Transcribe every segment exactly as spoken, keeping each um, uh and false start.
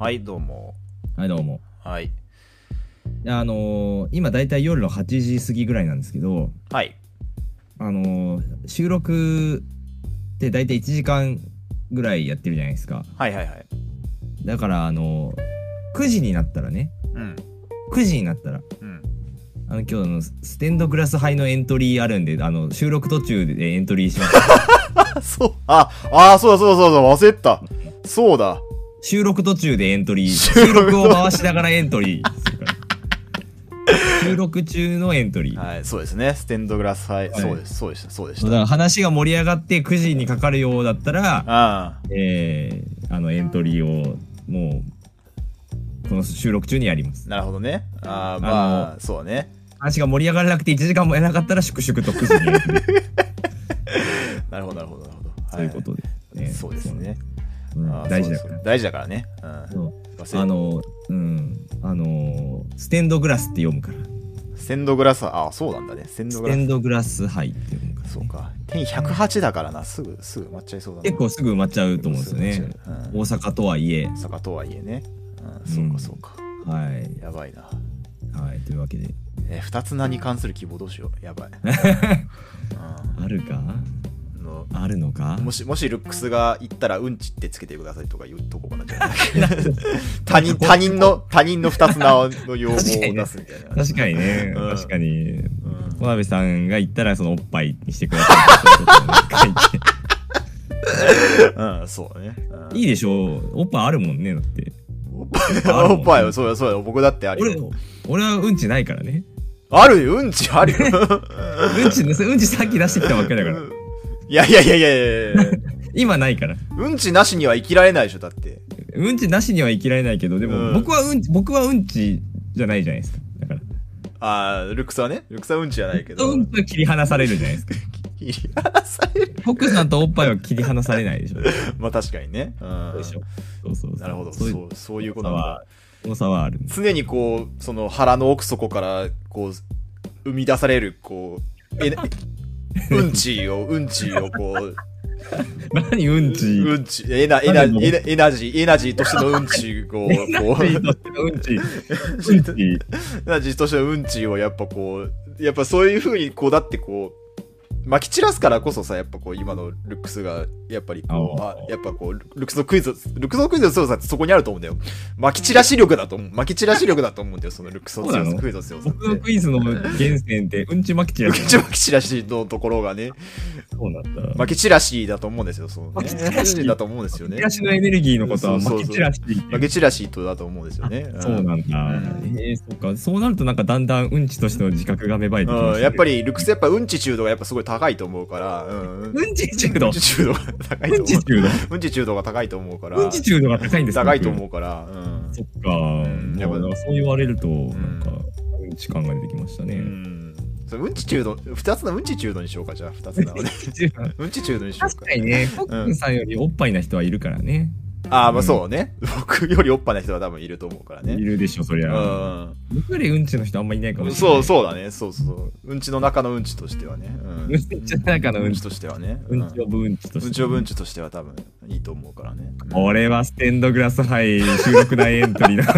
はい、どうも。 はい、どうも。 はい。 あのー、今だいたい夜のはちじ過ぎぐらいなんですけど、 はい。 あのー、収録ってだいたいいちじかんぐらいやってるじゃないですか。 はいはいはい。 だからあのー、くじになったらね、 うん。 くじになったら、 うん。 あの今日のステンドグラス杯のエントリーあるんで、あの収録途中でエントリーします。 そう、あ、あ、そうだそうだそうだ、忘れてた。そうだ。 収録途中でエントリー、収録を回しながらエントリーするから。収録中のエントリー。 はい、そうですね。ステンドグラス杯、はい、そうです、そうでした、そうでした。 だから話が盛り上がってくじにかかるようだったら、 あえー、あのエントリーをもうこの収録中にやります。 なるほどね。ああ、まあそうね。 話が盛り上がらなくていちじかんもやらなかったら粛々とくじにやる。 なるほどなるほどなるほど。 そういうことで、ね、 そうですね。 うん、大事だから。 大事だからね。 うん、あの、うん、あのステンドグラスって読むから。 ステンドグラス、あ、そうなんだね。ステンドグラス。 ステンドグラス杯って読むから、ね。 そうか。点ひゃくはちだからな、すぐすぐ埋まっちゃいそうだな。 結構すぐ埋まっちゃうと思うんですよね。うん、大阪とはいえ。 大阪とはいえね。うん、そうかそうか。 うん、はい。 やばいな。 はい、というわけで。 えー、二つ名に関する希望どうしよう。やばい。 うん、あるかのあるのかもし、もしルックスが言ったらうんちってつけてくださいとか言うとこかな。他人、他人の、他人の二つ名の要望を出すみたいな。 確かにね。うん、確かに。小鍋さんが言ったらそのおっぱいにしてください。うん、そうね。 いいでしょう。おっぱいあるもんね、だって。 おっぱいは、そうや、そうや、僕だってあるよ。 俺はうんちないからね。 あるよ、うんちあるよ。 うんち、うんちさっき出してきたばっかりだから。 いやいやいやいやいや今ないから。 うんちなしには生きられないでしょ、だって。 うんちなしには生きられないけど、でも僕はうんち、僕はうんちじゃないじゃないですか。だから。 あー、ルックスはね。ルックスはうんちじゃないけど。 うんちは切り離されるじゃないですか。 切り離される。 ホックさんとおっぱいは切り離されないでしょ。 まあ確かにね。 うん。そうでしょ。そうそうそう。 なるほど。そう、そういうことは、その差はある。 常にこう、その腹の奥底から、こう、生み出される、こう、え、うんちを、うんちをこう、 何うんちうんち、エナ、エナ、エナ、エナジー、エナジーとしてのうんちを、こう、エナジーとしてのうんち、うんち、エナジーとしてのうんちをやっぱこう、やっぱそういう風に、こう、だってこう、撒き散らすからこそさ、やっぱこう、今のルックスが、やっぱりこう、あやっぱこう、ルックスのクイズ、ルックスのクイズの強さってそこにあると思うんだよ。撒き散らし力だと思う。撒き散らし力だと思うんだよ、そのルックスの強さ、クイズの強さ。 僕のクイズの源泉って、うんち撒き散らし。 うんち撒き散らしのところがね、 そうなんだ。 撒き散らしだと思うんですよ、そう、ね。撒き散らしだと思うんですよね。 撒き散らしのエネルギーのことは撒き散らし。 撒き散らしとだと思うんですよね。 そうなんだ。ええ、そうか。そうなるとなんかだんだんうんちとしての自覚が芽生えてきました。 やっぱりルックスやっぱうんち中度がやっぱすごい高いと思うから。 うんち中度うんち中度が高いと思う。うんち中度うんち中度が高いと思うから。 うんち中度が高いんですか？ 高いと思うから。 そっか。やっぱそう言われると、なんか、うんち感が出てきましたね。 うんち中度、二つのうんち中度にしようか、じゃあ、二つの。うんち中度にしようか。 確かにね、ホックさんよりおっぱいな人はいるからね。 ああ、まあそうね。僕よりおっぱいな人は多分いると思うからね。 いるでしょ、そりゃ。僕よりうんちの人あんまいないかもしれない。そう、そうだね。そうそう。うんちの中のうんちとしてはね。 うんちの中のうんちとしてはね。 うんちオブうんちとして。 うんちオブうんちとしては多分いいと思うからね。 俺はステンドグラス杯収録内エントリーな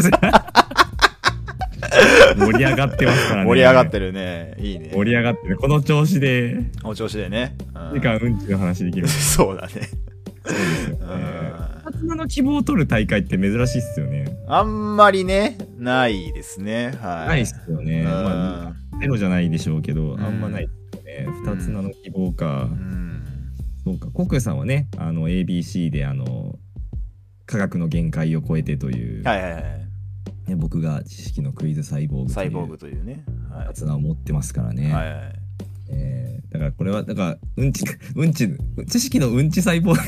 盛り上がってますからね。 盛り上がってるね。いいね。 盛り上がってる。この調子で。 この調子でね。 時間うんちの話できる。 そうだね。そうですよね。初名の希望を取る大会って珍しいっすよね。 あんまりね、ないですね。はい。 ないっすよね。まあ、ゼロじゃないでしょうけど、あんまないっすよね。二つ名の希望か。そうか。コクさんはね、あの エービーシー であの科学の限界を超えてという。 はいはいはい。 ね、僕が知識のクイズサイボーグサイボーグというね、 やつを持ってますからね。はいはい。えー、だからこれはだからうんちうんち知識のうんちサイボーグ。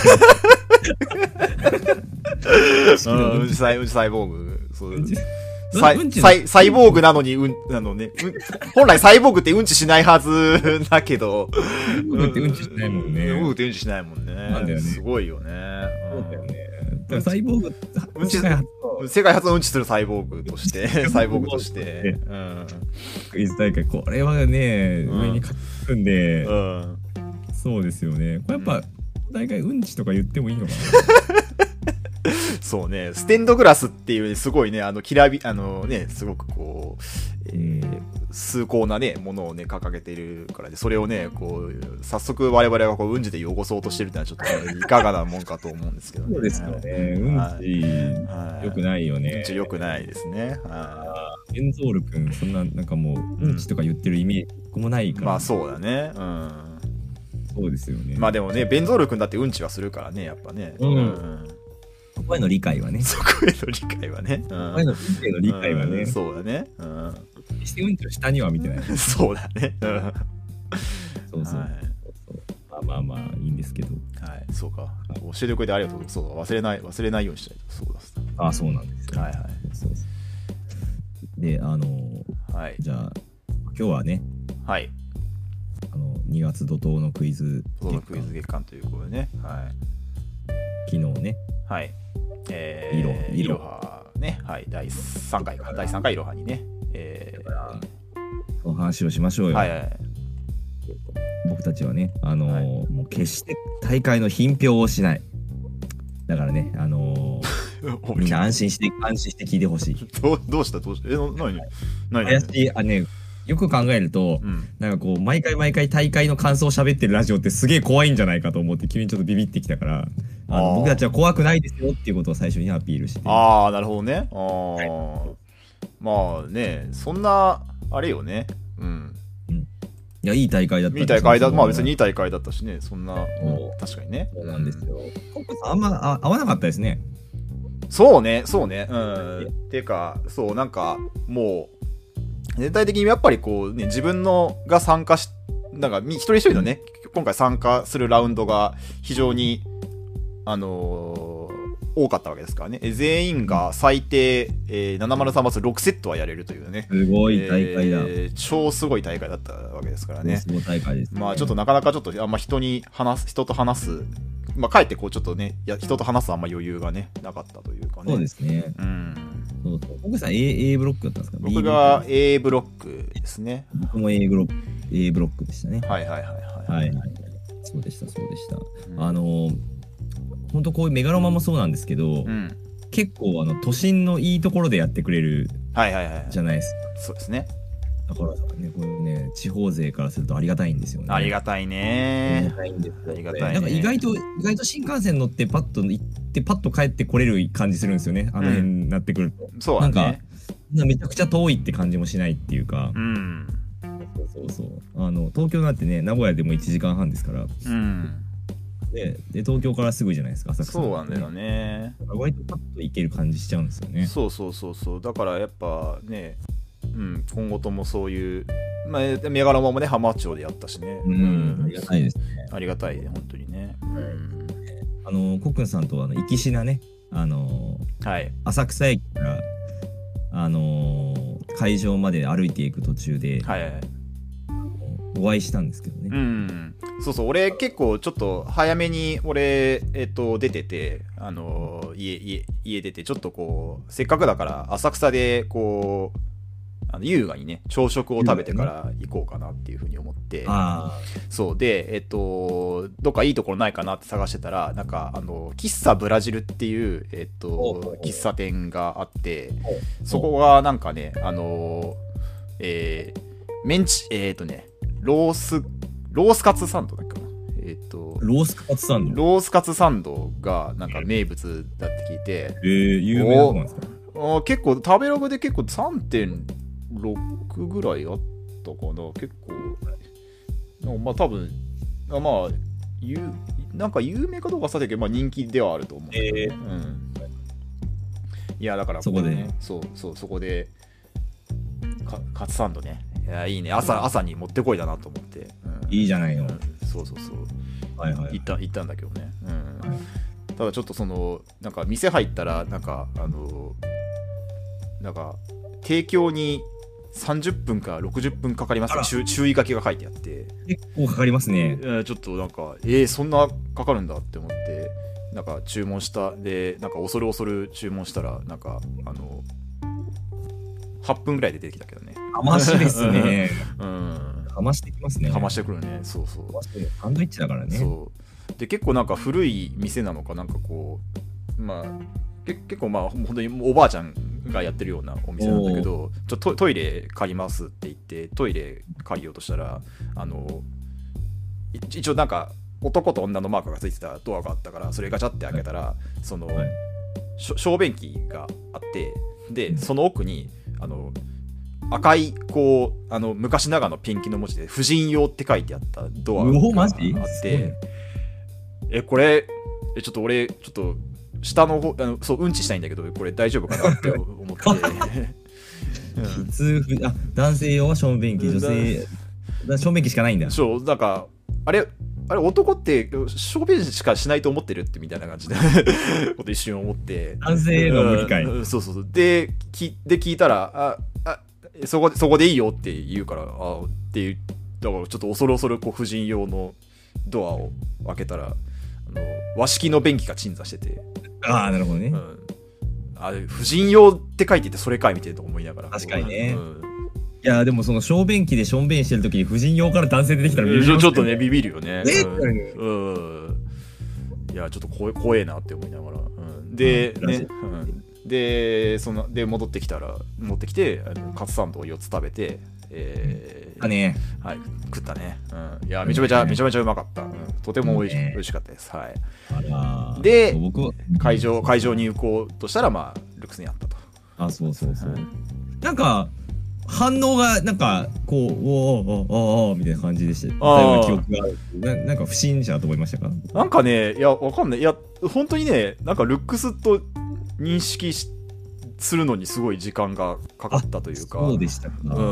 うんちサイうんちサイボーグ。そう。サイサイサイボーグなのにうんあのね、うん、本来サイボーグってうんちしないはずだけど、 うんってうんちしないもんね。 うんってうんちしないもんね。なんだよね。すごいよね。 そうだよね。だからサイボーグうんち世界初のうんちするサイボーグとして、サイボーグとして、うん、 クイズ大会、これはね、上に勝つんで、うん、そうですよね。これやっぱ、大会うんちとか言ってもいいのかなそうね、ステンドグラスっていうすごいね、あの、きらび、あのね、すごくこう、えー、崇高なね、ものをね、掲げているからで、それをね、こう、早速我々がこう、うんちで汚そうとしてるってのはちょっと、ね、いかがなもんかと思うんですけどね。 そうですよね。うんち、良くないよね。 うんち良くないですね。 ベンゾール君、そんな、なんかもう、うんちとか言ってるイメージもないから。 まあそうだね。うん。 そうですよね。 まあでもね、ベンゾール君だってうんちはするからね、やっぱね。 うん。うんそこへの理解はね。 そこへの理解はね。 そこへの理解はね、うん。 そうだね。うん。 決してうんちを下には見てない。 そうだね。うん。 そうそう。はい、そうそうまあまあまあいいんですけど。 はい、そうか。教えてくれてありがとう。そうだ、忘れない、忘れないようにしたい。そうだ。 ああ、そうなんですよ。 はいはい。 そうそうで、あのー、はい。じゃあ、今日はね。 はい。 あの、にがつ怒涛のクイズ月間。怒涛のクイズ月間ということでね。はい。 昨日ね。 はい。えー、いろは。いろはね。はい。だいさんかいか。だいさんかいいろはにね。えー、 その話をしましょうよ。 はいはい。 僕たちはね、あのーはい、もう決して大会の品評をしない。だからね、あのー、みんな安心して、安心して聞いてほしい。 どう、どうしたどうした、え、な、なに何怪しい、あ、ね、よく考えると、うん、なんかこう、毎回毎回大会の感想を喋ってるラジオってすげえ怖いんじゃないかと思って、君にちょっとビビってきたから、あの僕たちは怖くないですよっていうことを最初にアピールして。 ああ、なるほどね。あはい、まあね、そんな、あれよね。うん。 うん、いや、いい大会だった。 いい大会だ、まあ別にいい大会だったしね、そんな、うん、確かにね。 そうなんですよ。あんまあ合わなかったですね。 そうね、そうね。うん。っていうか、そう、なんか、もう、全体的にやっぱりこうね、自分のが参加し、なんか一人一人のね、うん、今回参加するラウンドが非常に、あのー、多かったわけですからね。全員が最低、えー、ななまるさんマスろくセットはやれるというね。 すごい大会だ、 えー。超すごい大会だったわけですからね。 すごい大会ですね。 まあちょっとなかなかちょっとあんま人に話す、人と話す、まあかえってこうちょっとね、いや人と話すあんま余裕がね、なかったというかね。 そうですね。うん。そうそう。僕さん A, A ブロックだったんですか？ 僕が A ブロックですね。 僕も A ブロック、A ブロックでしたね。 はいはいはいはい。 はいはい。そうでしたそうでした。うん、あの本当こういうメガロマもそうなんですけど、うん、結構あの都心のいいところでやってくれるじゃないですか。 はいはいはい、そうですね。 だからね、これね、地方勢からするとありがたいんですよね。 ありがたいね。 ありがたいんですよ。ありがたいね。なんか意外と、意外と新幹線乗ってパッと行ってパッと帰ってこれる感じするんですよね。あの辺になってくると。 うん、そうだね。 なんか、めちゃくちゃ遠いって感じもしないっていうか。 うん。 そうそうそう。あの、東京なんてね、名古屋でもいちじかんはんですから。 うん。 で, で東京からすぐじゃないですか、浅草、 ね、そうなんだよね。 割とパッと行ける感じしちゃうんですよね。 そうそうそうそう。だからやっぱね、うん、今後ともそういう、まあ、メガロマもね、浜町でやったしね。 うん、うん、ありがたいですね。 ありがたいね、本当にね。うん、 あの、コックンさんとは、あの、行きしなね、あの、 はい、 浅草駅から、あの、会場まで歩いていく途中で、 はいはいはい、 お会いしたんですけどね。 うん、そうそう、俺結構ちょっと早めに俺、えっと、出てて、あの、家、家、家出て、ちょっとこう、せっかくだから浅草で、こう、あの優雅にね、朝食を食べてから行こうかなっていうふうに思って、 あそう、で、えっと、どっかいいところないかなって探してたら、なんか、あの、喫茶ブラジルっていう、えっと、喫茶店があって、そこがなんかね、あの、えー、メンチ、えっとね、ロース、ロースカツサンドだっけかな。えっと、 ロースカツサンドロースカツサンドがなんか名物だって聞いて、 えー、有名なとこなんですか？ あ結構、食べログで結構 さんてんろく ぐらいあったかな。結構、まあ多分、まあ、ゆなんか有名かどうかさてけど、まあ人気ではあると思う、ね。 えー、 うん。いや、だから、 そこで、ね、 そうそう、そこで、かカツサンドね。いや、いいね。朝、朝に持ってこいだなと思って。 うん、いいじゃないの。 うん、そうそうそう。 はいはい。 行った、行ったんだけどね。うん。はい、ただちょっとその、なんか店入ったら、なんか、あの、なんか、提供にさんじゅっぷんかろくじゅっぷんかかりますね。注, 注意書きが書いてあって。 結構かかりますね。 ちょっとなんか、えー、そんなかかるんだって思って、なんか注文した。で、なんか恐る恐る注文したら、なんか、あの、はっぷんぐらいで出てきたけどね。 かましですね。 うん。 かましてきますね。 かましてくるね。そうそう。 サンドイッチだからね。 そう。で、結構なんか古い店なのか、なんかこう、まあ、 け結構まあ本当におばあちゃんがやってるようなお店なんだけど、ちょっとトイレ借りますって言ってトイレ借りようとしたら、あの一応なんか男と女のマークがついてたドアがあったから、それガチャって開けたら、はい、その、はい、小便器があって、でその奥にあの赤いこうあの昔ながらのペンキの文字で婦人用って書いてあったドアがあって、えこれえちょっと俺ちょっと下の方あのそううんちしたいんだけどこれ大丈夫かなって思って普通、うん、あ男性用は小便器、女性小便器しかないんだ。 そうなんかあれあれ男って小便しかしないと思ってるってみたいな感じでこと一瞬思って、 男性の無理解、 うん、そうそうそうできで聞いたらああそこそこでいいよって言うから、あっていうだからちょっと恐る恐るこう婦人用のドアを開けたら、あの和式の便器が鎮座してて、 ああなるほどね、うん、 あれ婦人用って書いててそれかいみたいなと思いながら、 確かにね、うん、いやでもその小便器でしょんべんしてる時に婦人用から男性出てきたらビビる、ね、ちょっとねビビるよね、うんうん、いやちょっと怖怖えなって思いながら、うん、で、うん、ね、うん、でそので戻ってきたら持ってきてあのカツサンドをよっつ食べて、えーね、 はい、食ったね、うん、いやめちゃめちゃ、ね、めちゃめちゃうまかった、うん、とてもおいし、ね、おいしかったです、はい、 あらで会場会場に行こうとしたらまあルックスにあったと。 あそうそうそう、はい、なんか反応がなんかこうおーおーおーおーみたいな感じでしたような記憶がある。な, なんか不審者と思いましたか。 なんかねいやわかんない、いや本当にねなんかルックスと認識しするのにすごい時間がかかったというか。 そうでしたか。うん。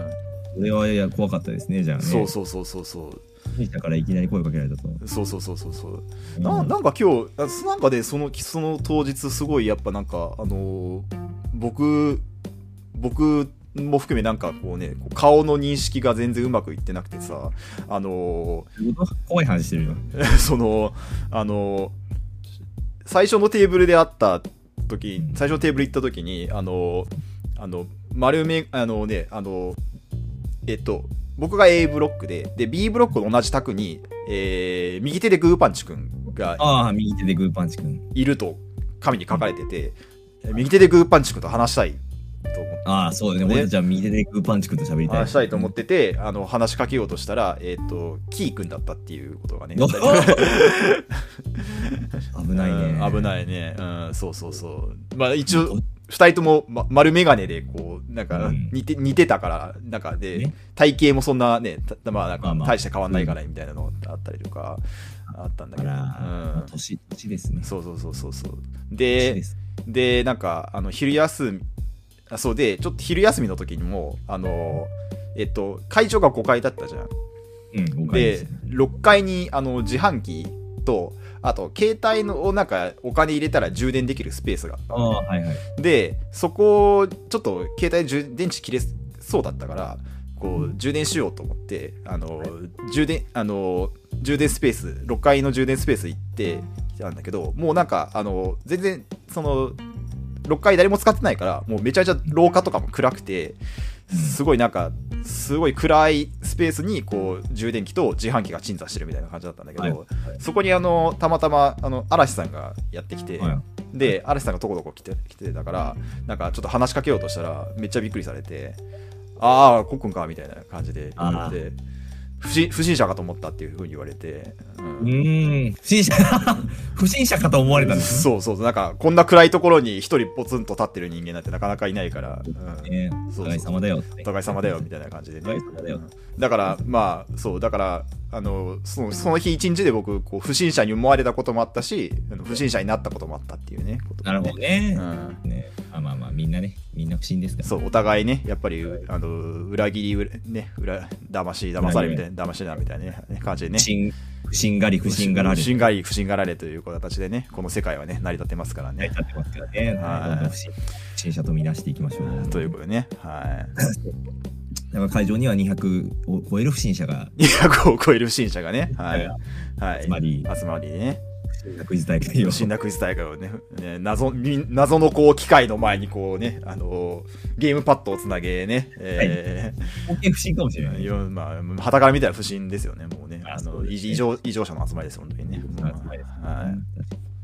それはいや怖かったですねじゃあね。 そうそうそうそうそう。 だからいきなり声かけられたと。 そうそうそうそうそう。うん、な, なんか今日なんかで、ね、そのその当日すごいやっぱなんかあのー、僕僕も含めなんかこうね顔の認識が全然うまくいってなくてさ、あのー、怖い話してるよ。 そのあのー、最初のテーブルで会った時、最初のテーブル行った時にあのあの丸めあのねあのえっと僕が A ブロックでで B ブロックの同じ卓に、えー、右手でグーパンチくんがああ右手でグーパンチくんいると紙に書かれてて、うん、右手でグーパンチくんと話したいと思って、 ああそうですね、俺たちは右手でグーパンチくんと喋りたい話したいと思ってて、あの話しかけようとしたらえっ、ー、とキーくんだったっていうことがね危ないね、 うん、危ないね、うん、そうそうそうまあ一応ふたりとも、ま、丸眼鏡でこうなんか似て、うん、似てたからなんかで、ね、体型もそんなねまあなんか大して変わんないからみたいなのあったりとかあったんだけど、うん、 年年ですね。 そうそうそうそうそうででなんかあの昼休みあそうでちょっと昼休みの時にもあのえっと会場がごかいだったじゃん、 うん、ごかいですね、 でろっかいにあの自販機とあと携帯のをなんかお金入れたら充電できるスペースがあった、 あ、はいはい、 でそこをちょっと携帯充電池切れそうだったからこう充電しようと思ってあの、はい、充電あの充電スペースろっかいの充電スペース行ってきたんだけど、もうなんかあの全然そのろっかい誰も使ってないからもうめちゃめちゃ廊下とかも暗くてすごいなんかすごい暗いスペースにこう充電器と自販機が鎮座してるみたいな感じだったんだけど、はいはい、そこにあのたまたまあの嵐さんがやってきて、はい、で嵐さんがとこどこ来て来てたからなんかちょっと話しかけようとしたらめっちゃびっくりされて、ああコックンかみたいな感じで言われて不審、不審者かと思ったっていう風に言われて、 うん、うーん不審者不審者かと思われたんです、 ね、そうそうなんかこんな暗いところに一人ポツンと立ってる人間なんてなかなかいないから、うんね、お互い様だよお互い様だよみたいな感じでね、 お互い様だよ、 うん、だからまあそうだからあの そ, のその日一日で僕こう不審者に思われたこともあったし不審者になったこともあったっていうねことね。なるほどね、うん、ねあまあまあみんなねみんな不審ですから、ね、 そうお互いねやっぱりあの裏切りね裏騙し騙されみたいな騙しだみたいな、ね、感じでね不審がり不審がられ不審がり不審がられという形でねこの世界はね成り立ってますからね。 成り立ってますからね。はい、不審不審者と見なしていきましょう。 ということでね、はい。 だから会場にはにひゃくを超える不審者がにひゃくを超える不審者がね、はい、 はい、集まり集まりね。 不審なクイズ大会を不審なクイズ大会をね、ね 謎, 謎のこう機械の前にこうね、あのー、ゲームパッドをつなげね、えー、はい、不審かもしれない。 まあ旗から見たら不審ですよね、もうね、あの異常異常者の集まりです本当にね。 はい。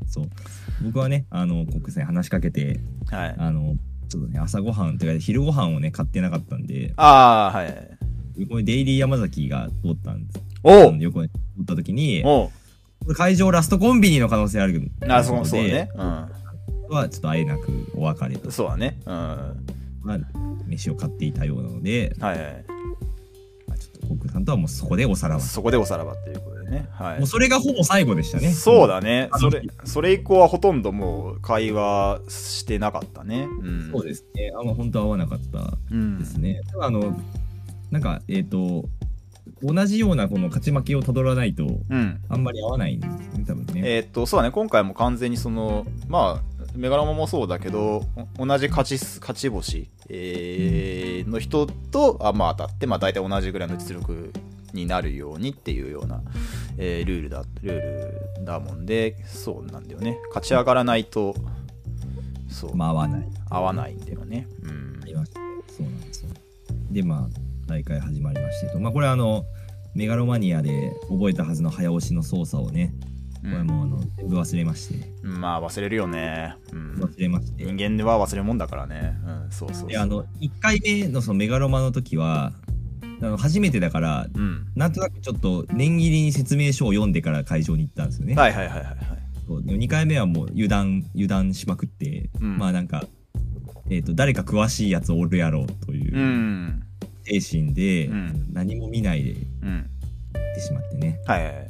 そう僕はねあのコックさんに話しかけて、はい、あのちょっとね朝ごはんというか昼ごはんをね買ってなかったんで、 ああはい、 横にデイリー山崎が通ったんです。 お横に通った時にお会場ラストコンビニの可能性あるので、 あそうそうね、うん、 はちょっとあえなくお別れと。 そうだね、うん、 まあ飯を買っていたようなので、 はいはい、 まあ、ちょっとコックさんとはもうそこでおさらば、 そこでおさらばっていうことでね、はい、 もうそれがほぼ最後でしたね。 そうだね、それそれ以降はほとんどもう会話してなかったね、 うん、そうですね、あんま本当は合わなかったですね、うん、あのなんかえっ、ー、と同じようなこの勝ち負けをたどらないと、うん、あんまり合わないんですね多分ね。 えー、っとそうだね、今回も完全にそのまあメガロマもそうだけど同じ勝ち勝ち星、えーうん、の人とあ、まあ、当たって、まあ、大体同じぐらいの実力になるようにっていうような、えー、ルールだルールだもんで、そうなんだよね、勝ち上がらないとそう、 まあ、合わない合わないんだよね、うん、 ありましたね。そうなんですよ。でまあ大会始まりましてと、まあこれはあのメガロマニアで覚えたはずの早押しの操作をね、これもうあの全部忘れまして、 うん、まあ忘れるよね、うん、 忘れまして、 人間では忘れるもんだからね、うん、そうそうそう。 であのいっかいめのそのメガロマの時はあの初めてだから、うん、なんとなくちょっと念入りに説明書を読んでから会場に行ったんですよね。 はいはいはいはい、はい、 そうでもにかいめはもう油断油断しまくって、うん、まあなんか、えーと、誰か詳しいやつおるやろうという、うん精神で、うん、何も見ないで行ってしまってね、 はいはいはい、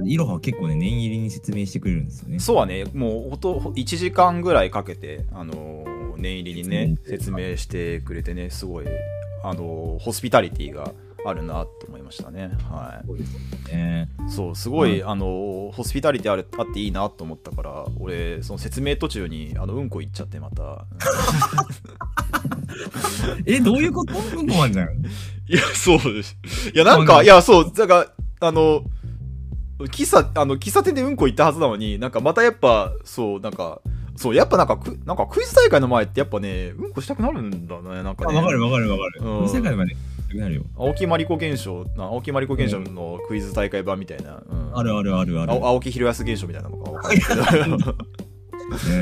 いろは結構ね念入りに説明してくれるんですよね。 そうはね、もうといちじかんぐらいかけて、あのー、念入りにね説明してくれてね、すごい、あのー、ホスピタリティがあるなと思いましたね。はい。そうですね。そう、すごい、うん、あのホスピタリティあるあっていいなと思ったから、俺その説明途中にあのうんこ行っちゃってまた。 え、どういうこと？うんこあんじゃん。 いや、そうです。いや、なんか、いや、そう、だから、あの、喫茶、あの、喫茶店でうんこ行ったはずなのに、なんかまたやっぱ、そう、なんか、そう、やっぱなんか、くなんかクイズ大会の前ってやっぱね、うんこしたくなるんだね、なんかね。 わかるわかるわかる。クイズ大会の前ね、したくなるよ。 青木まりこ現象、青木まりこ現象のクイズ大会版みたいな。うん、 あるあるあるある。 青木弘康現象みたいなのかわかんないけど。 うん、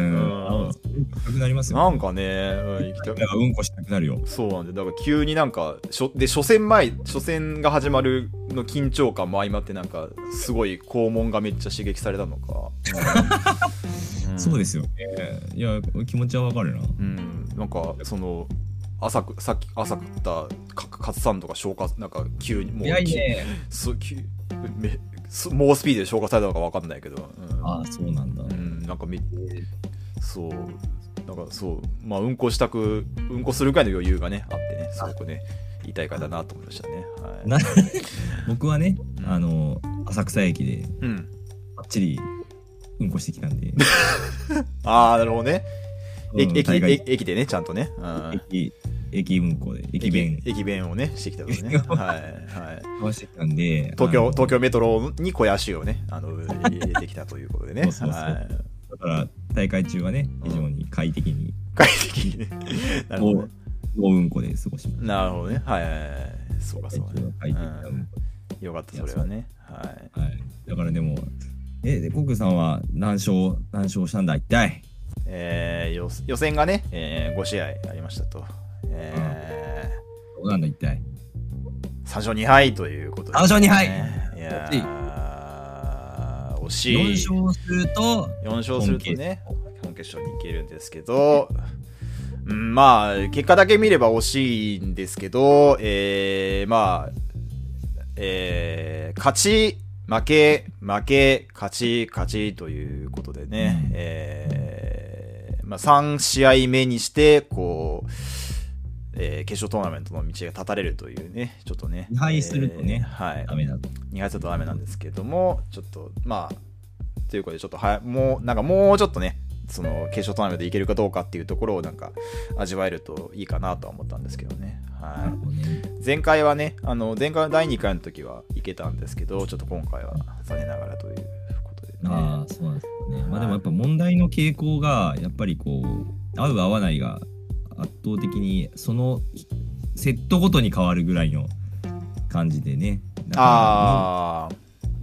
うんくなりますよ、ね、 なんかね、 うん、行きたくうんこしたくなるよ。 そうなんで、だから急になんかしょで初戦前初戦が始まるの緊張感も相まって、なんかすごい肛門がめっちゃ刺激されたのか、 うん、そうですよね。いや気持ちはわかるな。 うん、なんかその朝くさっき朝食ったカツサンドが消化なんか急にもう早いね。 そ急め猛スピードで消化されたのかわかんないけど、 うん、ああそうなんだ。 うん、なんかめそうなんかそうまあうんこしたくうんこするくらいの余裕がねあってね、すごくねいい大会だなと思いましたね。はい、 な僕はね、うん、あの浅草駅でば、うん、っちりうんこしてきたんで。 ああなるほどね。駅駅駅でねちゃんとね。 駅駅うんこで駅弁駅弁をねしてきたのね。はいはい。 してきたんで、 東京東京メトロに肥やしをねあの入れてきたということでね。そうそうそう、はい、 だから大会中はね非常に快適に、 うん、快適にね。なるほどね。 大うんこで過ごしました。 なるほどね。はいはいはい。そうかそうか、ね。快適なうんこ。よかったそれはね。はい。 はい。だからでもえでコックさんは何勝何勝したんだ一体。 えー、予選がね、えー、ご試合ありましたと。えー、どうなんだ一体。 さん勝にはいということで、ね。 さん勝にはい。 いやー惜しい。 よん勝するとよん勝するとね本決勝に行けるんですけど、うん、まあ結果だけ見れば惜しいんですけど、えー、まあ、えー、勝ち負け負け勝ち勝ちということでね、うん、えー、まあさん試合目にしてこう。えー、決勝トーナメントの道が断たれるというね、ちょっとね。 に敗するとね、 えー、はい。 ダメだと。 に敗するとダメなんですけども、ちょっと、まあ、ということで、ちょっとはや、もう、なんかもうちょっとね、その、決勝トーナメントでいけるかどうかっていうところをなんか、味わえるといいかなとは思ったんですけどね。はい。ね、前回はね、あの、前回のだいにかいの時はいけたんですけど、ちょっと今回は残念ながらということでね。 ああ、そうなんですよね。まあでもやっぱ問題の傾向が、やっぱりこう、合う合わないが、圧倒的にそのセットごとに変わるぐらいの感じでね。 ああ、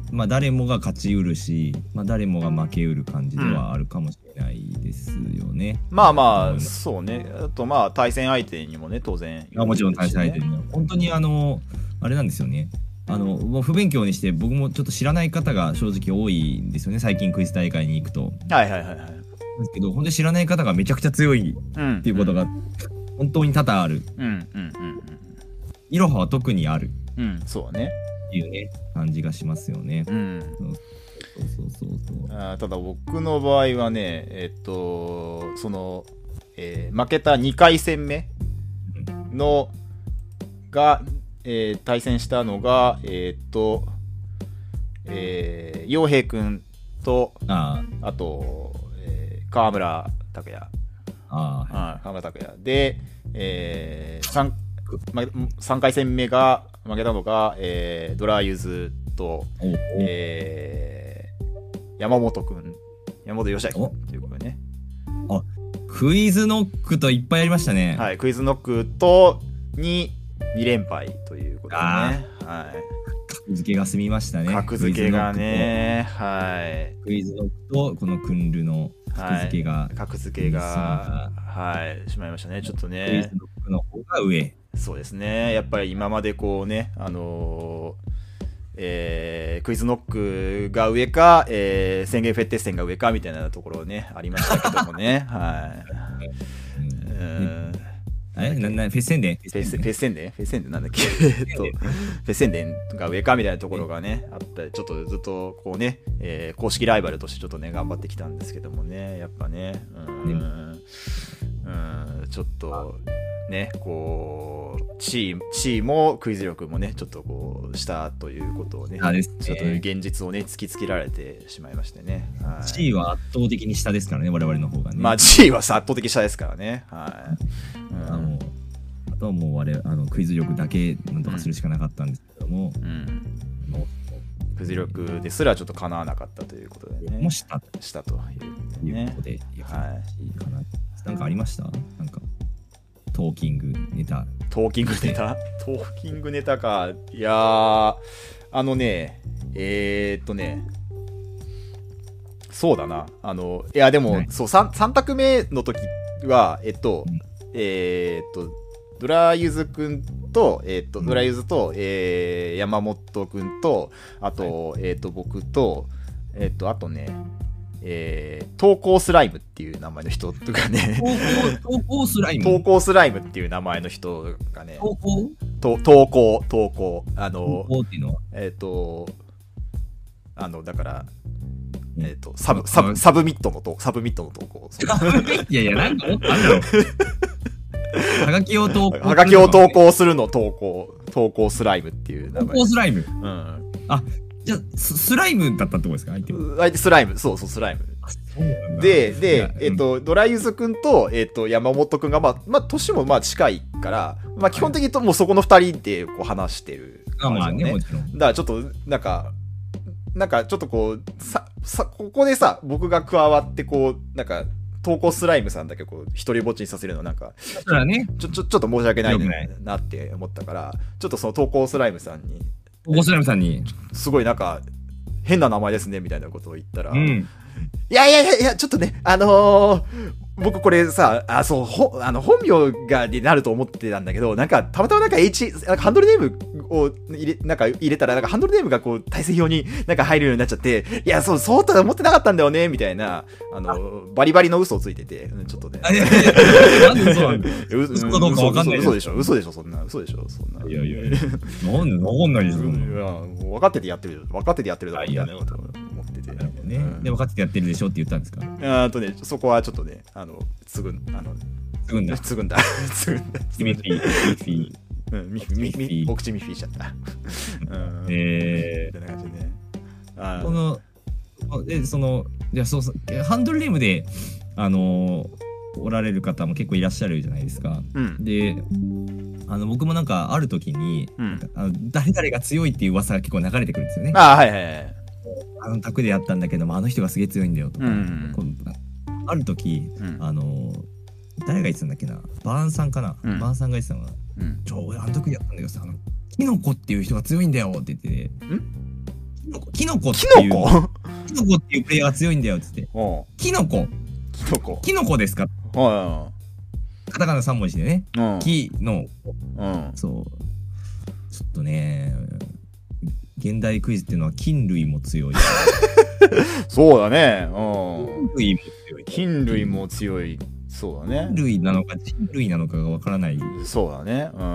まあ誰もが勝ちうるし、まあ誰もが負けうる感じではあるかもしれないですよね。 うん、まあまあそうね。あとまあ対戦相手にもね当然、ね、 あもちろん対戦相手にも本当にあのあれなんですよね。あのもう不勉強にして僕もちょっと知らない方が正直多いんですよね、最近クイズ大会に行くと。 はいはいはいはい。 ですけど本当に知らない方がめちゃくちゃ強いっていうことが本当に多々ある。 うんうんうんうん。 いろはは特にある。 うん、そうね。 っていうね感じがしますよね。 うん。 そうそうそうそう。 あただ僕の場合はね、えっとその、えー、負けたにかい戦目のが、えー、対戦したのがえー、っと、えー、陽平くんと あ, あと、えー、川村拓也。 ああ、 川村拓也で、えー、3, さんかい戦目が負けたのが、えー、ドラユズと、えー、山本くん、山本義明君ということでね。 あ、クイズノックといっぱいありましたね。 はい、クイズノックとにに連敗ということでね。はい。 格付けが済みましたね。 格付けがね、はい。 クイズノックとこのクンルの格付けが、はい、 格付けが、はい、しまいましたね。ちょっとね。 クイズノックの方が上。 そうですね。やっぱり今までこうね、あのーえー、クイズノックが上か、えー、宣言フェッテッセンが上かみたいなところねありましたけどもね。はい。うん。 えななフェッセンデンフェッセンデンフェッセンデンなんだっけえっとフェッセンデンが上かみたいなところがねあったりちょっとずっとこうね、えー、公式ライバルとしてちょっとね頑張ってきたんですけどもねやっぱねうん、うんちょっとねこう地位地位もクイズ力もねちょっとこうしたということをねちょっと現実をね突きつけられてしまいましてね、 はい、地位は圧倒的に下ですからね我々の方がね。 まあ地位は圧倒的下ですからね。はい。 うん、あのあとはもう我々あのクイズ力だけなんとかするしかなかったんですけども、うん、 もうクイズ力ですらちょっとかなわなかったということでね。 もしたしたというね。いうことで、はい。かななんかありました？なんかトーキングネタ。 トーキングネタ？トーキングネタか。いやー、あのね、えー、っとね、そうだな。あの、いやでも、はい、そう、3, 3択目の時は、えっと、うん、えー、っと、ドラユズくんと、えー、っと、ドラユズと、えー、山本くんと、あと、はい、えー、っと、僕と、えー、っと、あとね、えー、投稿スライムっていう名前の人とかね投稿スライム投稿スライムっていう名前の人がね投稿と投稿投稿あの投稿っていうのはえっ、ー、とあのだからえっ、ー、とサブサブサブミットのとサブミットの投稿いやいやなんかもっとあるだろはがきを投稿はがきを投稿するの投稿投稿スライムっていう名前投稿スライムうんあじゃあスライムだったってことですか相手は相手スライムそうそうスライムででえっ、ー、と、うん、ドラユズくんと、えー、と山本くんがまあまあ年もまあ近いからまあ基本的にともうそこのふたりでこう話してる感じ、ね、あまあねもちろんだからちょっとなんかなんかちょっとこうささここでさ僕が加わってこうなんか投稿スライムさんだけこう一人ぼっちにさせるのなんかちょ、ね、 ちょちょちょっと申し訳ないなって思ったからちょっとその投稿スライムさんに投稿スライムさんにすごいなんか変な名前ですねみたいなことを言ったら、 うん、 いやいやいやいやちょっとねあのー、僕これさあそうほあの本名がになると思ってたんだけどなんかたまたまなんか H なんかハンドルネームを入れなんか入れたらなんかハンドルネームがこう対戦表になんか入るようになっちゃっていやそうそうとは思ってなかったんだよねみたいなあのー、バリバリの嘘をついててちょっとねいやいやいやなんで嘘なんだ嘘かどうかわかんない嘘でしょ嘘でしょそんな嘘でしょそんないやいやいやなんでわかんないですよ分かっててやってる分かっててやってるだろうみたいなこと思っててね、うん、で分かっててやってるでしょって言ったんですかあとねそこはちょっとねあのつぐんあのつぐんだつぐんだつぐんだミッフィーミッフィーうんミッフィーミッお口ミッフィーしちゃったうんえーみたいな感じでねあこのでそのいやそうそうハンドルネームであのおられる方も結構いらっしゃるじゃないですか、 うん、 であの僕もなんかある時に、うん、あの誰々が強いっていう噂が結構流れてくるんですよね。 あはいはいはいあの卓でやったんだけどもあの人がすげえ強いんだよとか、うん、ある時、うん、あの誰が言ってたんだっけなバーンさんかな、うん、バーンさんが言ってたのが、うん、ちょ俺あの時やったんだけどさあのキノコっていう人が強いんだよって言って、ね、キキノコっていうキノコキノコっていうプレイヤーが強いんだよっつって。キノコキノコキノコですか。 はい。 カタカナさん文字でね。 うん、 キノコ。 うん。 そう。ちょっとね、現代クイズっていうのは菌類も強い。 そうだね。うん。 菌類も強い。 菌類も強い。そうだね。 菌類なのか人類なのかがわからない。 そうだね。うん。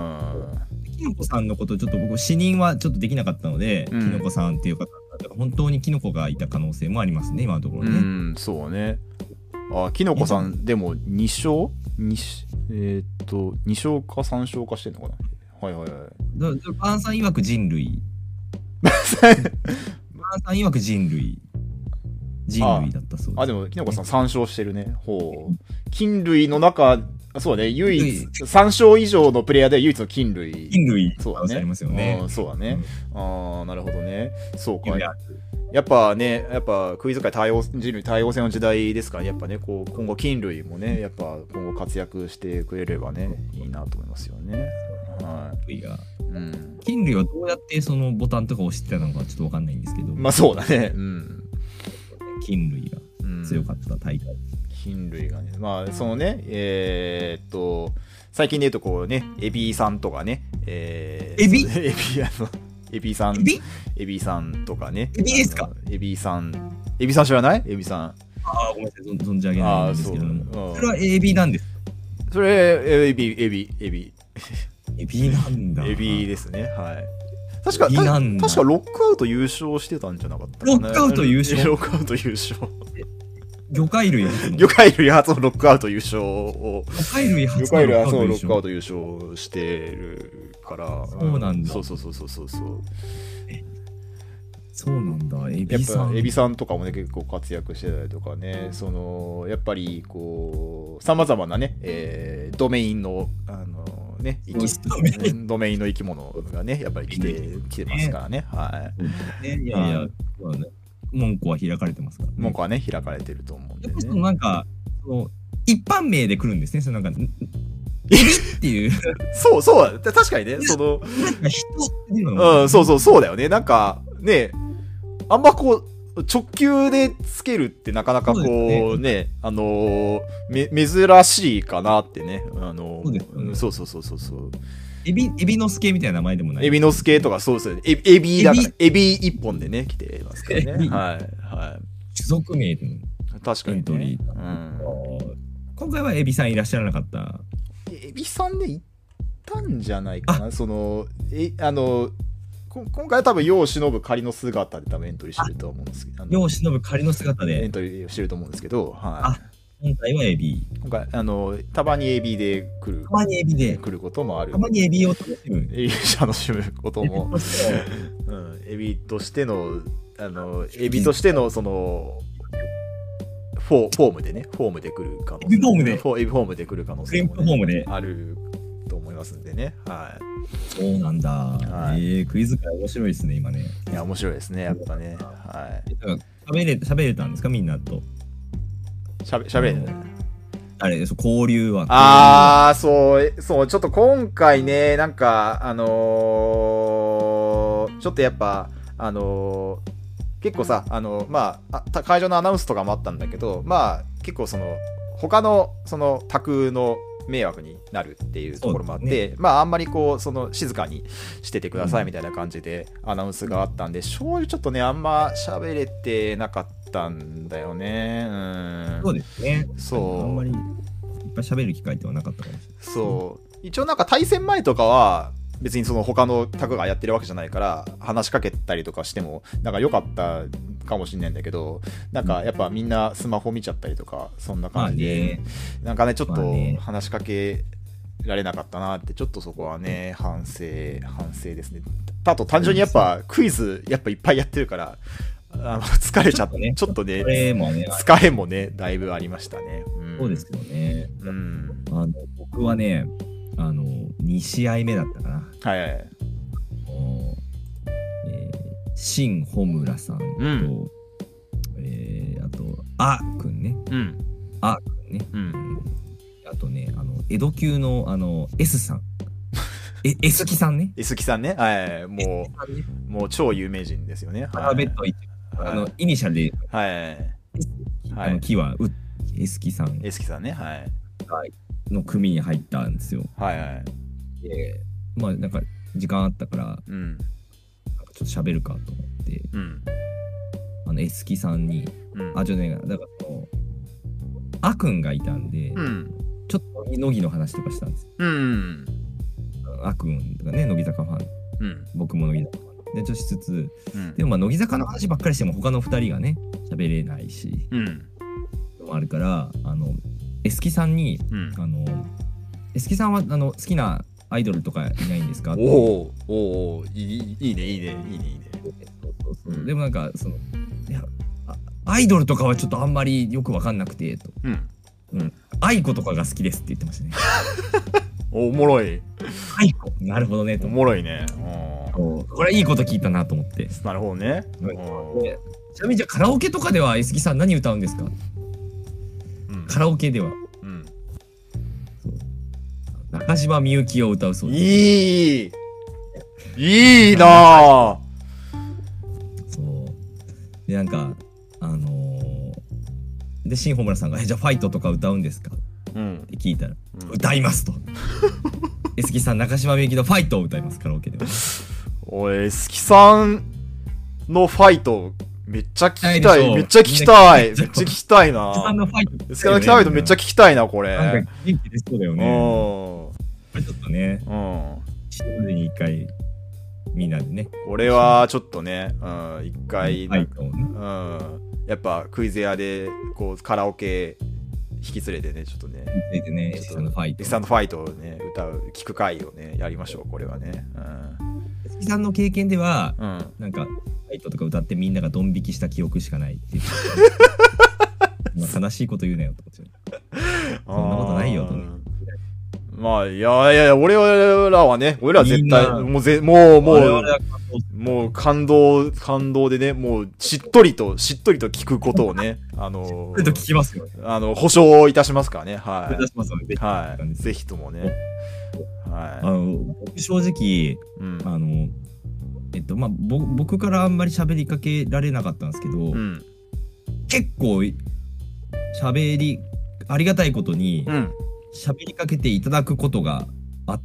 キノコさんのことちょっと僕死認はちょっとできなかったので、うん、キノコさんっていう方本当にキノコがいた可能性もありますね今のところね。 うん、そうね。あ、キノコさんでもに勝にえー、っとに勝かさん勝かしてんのかな。はいはいはい。 だだバンさん曰く人類。バンさん曰く人類。人類だったそうです。 あ、でもキノコさんさん勝してるね。ほう。菌類の中、そうね、唯一さん勝以上のプレイヤーで唯一の菌類。 菌類。 そうだね。 ありますよね。 そうだね。うん、ああ、なるほどね。そうか。やっぱね、やっぱクイズ界多様人類多様性の時代ですから、ね、やっぱね、こう今後菌類もね、やっぱ今後活躍してくれればね、いいなと思いますよね。はい。 うん、菌類はどうやってそのボタンとか押してたのかちょっとわかんないんですけど。 まあそうだね。うん。 菌類が強かった大会。うん、 菌類がね、まあそのね、えー、っと最近で言うとこうね、エビさんとかね、えー、エビエビあの。エビさん、 エビエビさんとかね。 エビですか。 エビさん、エビさん知らない？エビさん。 ああ、ごめんなさい、存じ上げないんですけども。それはエビなんですか？ それ、エビ、エビ、エビ。 エビなんだ。 エビですね。はい。確か、確かロックアウト優勝してたんじゃなかったかな。 ロックアウト優勝ロックアウト優勝。 魚介類初の魚介類初のロックアウト優勝を魚介類初のロックアウト優勝してるからそうなんだ、 うん、そうそうそうそうそうそうそうなんだ。エビさんやっぱエビさんとかもね結構活躍してたりとかね、そのやっぱりこうさまざまなね、えー、ドメインのあのねドメインの生き物がねやっぱり来て来てますからね。はい。 ね、いやいや、そうだね。門戸は開かれてますから、ね。 門戸はね開かれてると思うんで、ね。 そのなんかその一般名で来るんですね。そのなんかエビっていうそうそう確かにねその人うんそうそうそうだよね。なんかねあんまこう直球でつけるってなかなかこう ね, ねあのー、め珍しいかなってねあのー、そうですよね。そうそうそうそうそうエビ、エビの助みたいな名前でもない。 エビの助とかそうですよね。エビ、エビだから、エビ一本でね、来てますからね。はい。はい。 種族名で確かに、ね。エントリー、うん。 今回はエビさんいらっしゃらなかった。 エビさんで行ったんじゃないかな。その、え、あの、今回は多分、世を忍ぶ仮の姿で多分エントリーしてると思うんですけど。 世を忍ぶ仮の姿で。 エントリーしてると思うんですけど、はい。 今回はエビ。 今回、あの、たまにエビで来る。 たまにエビで来ることもある。 たまにエビを楽しむ。 エビ楽しむことも。うん、エビとしての、あの、エビとしての、その、フォー、フォームでね、フォームで来る可能性。 エビフォームで。 エビフォームで来る可能性も、ね、 フォームであると思いますんでね。はい。 そうなんだ。はい、えー、クイズ界面白いですね、今ね。 いや、面白いですね、やっぱね。はい。 喋れ、喋れたんですか、みんなと。 しゃべ、しゃべれあれ、交流は。 ああ、そう、そう、ちょっと今回ね、なんか、あのー、ちょっとやっぱ、あのー、結構さ、あの、まあ、会場のアナウンスとかもあったんだけど、まあ、結構その、他の、その、宅の迷惑になるっていうところもあって、ね、まあ、あんまりこう、その、静かにしててくださいみたいな感じでアナウンスがあったんで、正直ちょっとね、あんま喋れてなかったんだよね。うん。 そうですね。 そう。 あんまり、いっぱい喋る機会ってはなかったかもしれない。 そう。一応なんか対戦前とかは、別にその他のタグがやってるわけじゃないから話しかけたりとかしてもなんか良かったかもしれないんだけど、なんかやっぱみんなスマホ見ちゃったりとかそんな感じで、なんかねちょっと話しかけられなかったなってちょっとそこはね反省反省ですね。あと単純にやっぱクイズやっぱいっぱいやってるからあの疲れちゃってねちょっとね疲れもねだいぶありましたね。 うん、そうですよね。 うん、 あの僕はねあのに試合目だったかな。 はいはいはい。 えー、新穂村さんと、うん、えー、あとあくんね。 うん。 あくんね。うん。あとねあの江戸級のあの S さん。 え、エスキさんね。 エスキさんね。はい。もう、もう超有名人ですよね。 アルファベットいち、あの、イニシャルで、 はい。 あの、木は、エスキさん。 エスキさんね。はい。 はい。の組に入ったんですよ。 はいはい。 で、まあ、なんか、時間あったから、 うん。なんかちょっと喋るかと思って、 うん。 あの、エスキさんに、 うん、 あ、ちょっとね、だからその、あくんがいたんで、 うん、 ちょっと乃木の話とかしたんです。 うん。 あくんがね、乃木坂ファン。 うん、 僕も乃木坂ファン。で、ちょっとしつつ、 うん、 でもまあ、乃木坂の話ばっかりしても他のふたりがね、喋れないし、 うん。 もあるから、あの、エスキさんに、 うん、 あの、エスキさんはあの好きなアイドルとかいないんですか？ おーおーいい、いいね、いいね、いいね、いいね。 そうそうそう。でもなんか、その、いや、アイドルとかはちょっとあんまりよくわかんなくて、と。 うん。 うん。アイコとかが好きですって言ってましたね。 おもろい。 アイコ。なるほどね。 おもろいね。 これはいいこと聞いたなと思って。 なるほどね。 ちなみにじゃあカラオケとかではエスキさん何歌うんですか？うん、カラオケでは。うん。中島みゆきを歌うそうです。 いいいいなぁ。 そう。で、なんか、あのー、で、新穂村さんが、え、じゃあファイトとか歌うんですか？うん。って聞いたら、うん、歌いますと。エスキさん、中島みゆきのファイトを歌います、カラオケでは。 おい、エスキさんのファイト、めっちゃ聞きたい。めっちゃ聞きたい。めっちゃ聞きたいな。エスキさんのファイト。エスキさんのファイトめっちゃ聞きたいな、これ。 なんか元気出そうだよね。これちょっとね、うん。一年に一回、みんなでね。 これはちょっとね、うん、一回、うん。やっぱクイズ屋で、こう、カラオケ引き連れてね、ちょっとね。 引き連れてね、エスキさんのファイト。 エスキさんのファイトをね、歌う、聞く回をね、やりましょう、これはね。うん。 エスキさんの経験では、うん、なんか、ファイトとか歌ってみんながドン引きした記憶しかないって言って。悲しいこと言うなよと思っちゃう。そんなことないよと思って。 まあ、いやいやいや、俺らはね、俺らは絶対、もうぜ、もう、もう、もう感動、感動でね、もう、しっとりと、しっとりと聞くことをね、あの、しっとりと聞きますよね。 あの、保証いたしますからね、はい。 いたしますよね、 はい。ぜひともね。 はい。あの、僕正直、うん、あの、えっと、まあ、ぼ僕からあんまり喋りかけられなかったんですけど、うん、結構、喋り、ありがたいことに、うん喋りかけていただくことがあって。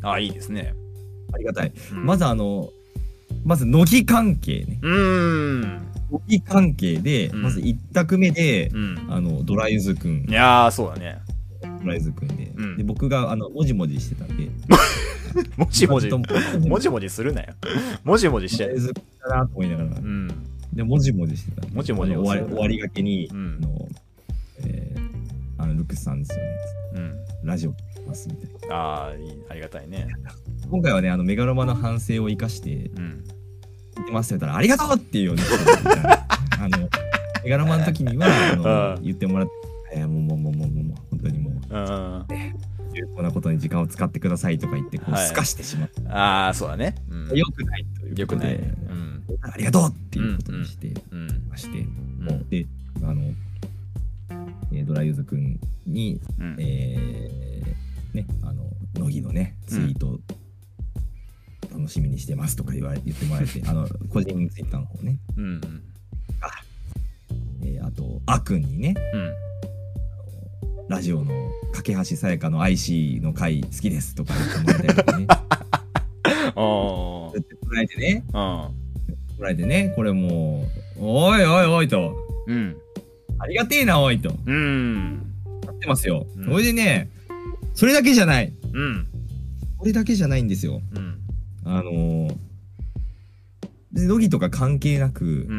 あ、いいですね。 ありがたい。うん、まずあの、まず乃木関係ね。 うーん。 乃木関係で、うん、まず一択目で、うん、あの、ドラユズくん。 いやー、そうだね。 ドラユズくんで。うん、で、僕が、あの、もじもじしてたんで。 もじもじ。もじもじするなよ。もじもじしてる。ドラユズくんだなと思いながら。うん。で、もじもじしてた。 もじもじ終わり、終わりがけに、うん、あの、えー、あのルクスさんですよね、うん、ラジオ聞きますみたいな。ああ、いい、ありがたいね。 今回はね、あのメガロマの反省を生かして、うん、言ってますって言ったら、ありがとうっていうようにあのメガロマの時にはあの言ってもらって、えー、もうもうもうもうもう本当にもう、えー、有効なことに時間を使ってくださいとか言ってこうすかしてしまう。 はい、ああ、そうだね。 うん、よくないということで、よくない、うん、ありがとうっていうことにしてまして、うんうん、もうであの。ドラユズくんに、うん、えー、ね、あの乃木のねツイート楽しみにしてますとか言われ言ってもらえて、あの個人ツイッターの方ね、うんうん、あ、えー、あとあくんにね、うん、ラジオの架橋さやかの アイシー の回好きですとか言ってもらえたりとかね言ってもらえてね、言ってもらえてね、これもうおいおいおいと、うん、ありがてえなおいと。うん。なってますよ。それでね、それだけじゃない。うん。これだけじゃないんですよ。うん。あのー、で、乃木とか関係なく、うん、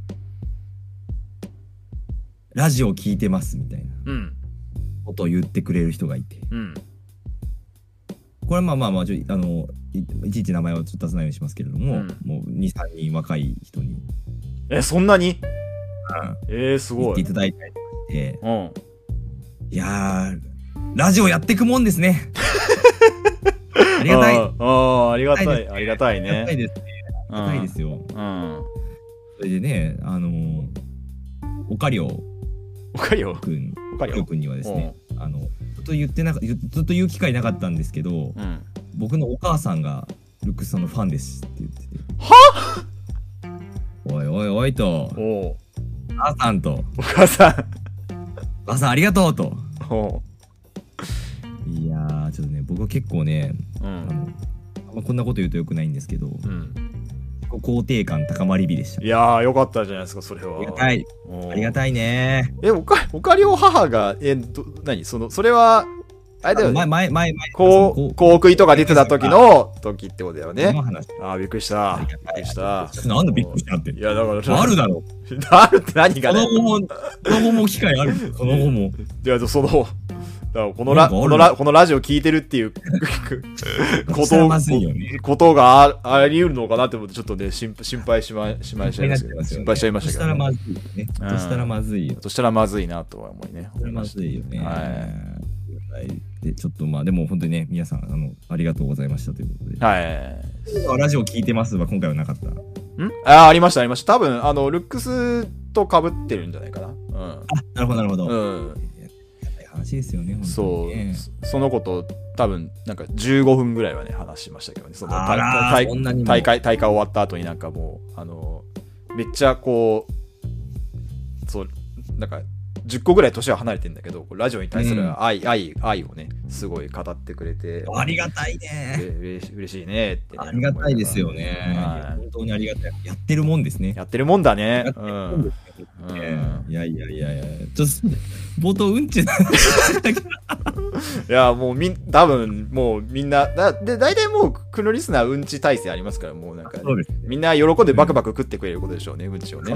ラジオ聞いてますみたいな、うん、ことを言ってくれる人がいて。うん。これはまあまあまあ、ちょあのい、いちいち名前をちょっと出さないようにしますけれども、うん、もうに、さんにん若い人に。 え、そんなに？うん、えー、すごい。 言っていただいたりとかして、うん、いやー、ラジオやっていくもんですね。ありがたい。 ああ、ありがたい、ありがたいね。 ありがたいですね。ありがたいですよ。うん。それでね、あのー、おかりょう。 おかりょうくん。おかりょうくんにはですね、あの、ずっと言ってなか、ずっと言う機会なかったんですけど、うん、 僕のお母さんがルックスさんのファンですって言ってて。 はおいおいおいと、 おお母さんと、 お母さん。 お母さんありがとうと。 おいやー、ちょっとね、僕は結構ね、 うん、 あのあんまこんなこと言うとよくないんですけど、 うん、 肯定感高まり日でした。 いやー、よかったじゃないですか、それは。 ありがたい。ありがたいね。 え、おか、おかりょう母が、え、ど、何その、それは、あれだよね。 前、前、前、前、 こう、こう食いとか出てた時の時ってことだよね。ああ、びっくりした。びっくりした。 なんでびっくりしたって。 いや、だから、 あるだろ。 あるって何がね。 その後も、その後も機会ある。その後も。 いや、その、だからこのラ、このラ、このラジオ聞いてるっていうことを、ことが あ, あり得るのかなって思って、ちょっとね、心配しま、しまいしちゃいましたけど、心配しちゃいましたけど、ね。 そしたらまずいよね。そしたらまずいよ。 そしたらまずいなとは思いね。 まずいよね。 はい。 でちょっとまあでも本当にね皆さんあのありがとうございましたということで、 はい、 ラジオ聞いてますは今回はなかった。んあありましたありました。多分あのルックスと被ってるんじゃないかな。うん。あ、 なるほどなるほど。 うん。 話ですよね。本当にね。そうそのこと多分なんかじゅうごふんぐらいはね話しましたけどね。その大大大会大会終わった後になんかもうあのめっちゃこうそうなんか。じゅっこぐらい年は離れてんだけどラジオに対する愛、うん、愛, 愛をねすごい語ってくれてありがたいねうれしいねって、ね、 ありがたいですよね、はい、本当にありがたいやってるもんですねやってるもんだねうん、うん、いやいやいやいやちょっと冒頭うんちいやもうみん多分もうみんなだで大体もうクノリスナーうんち体制ありますからもうなんか、ねね、みんな喜んでバクバク食ってくれることでしょうね、うん、うんちをね、うん、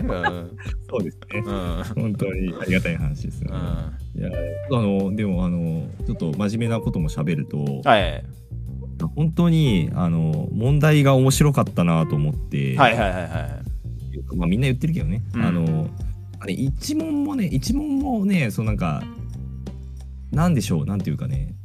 そうですね、うん、本当にありがたい話ですね、うん、いやあのでもあのちょっと真面目なことも喋ると、 はい、 本当にあの問題が面白かったなと思ってはいはいはいはいまあみんな言ってるけどね、うん、あのあれ一問もね一問もねそうなんかなんでしょうなんていうかね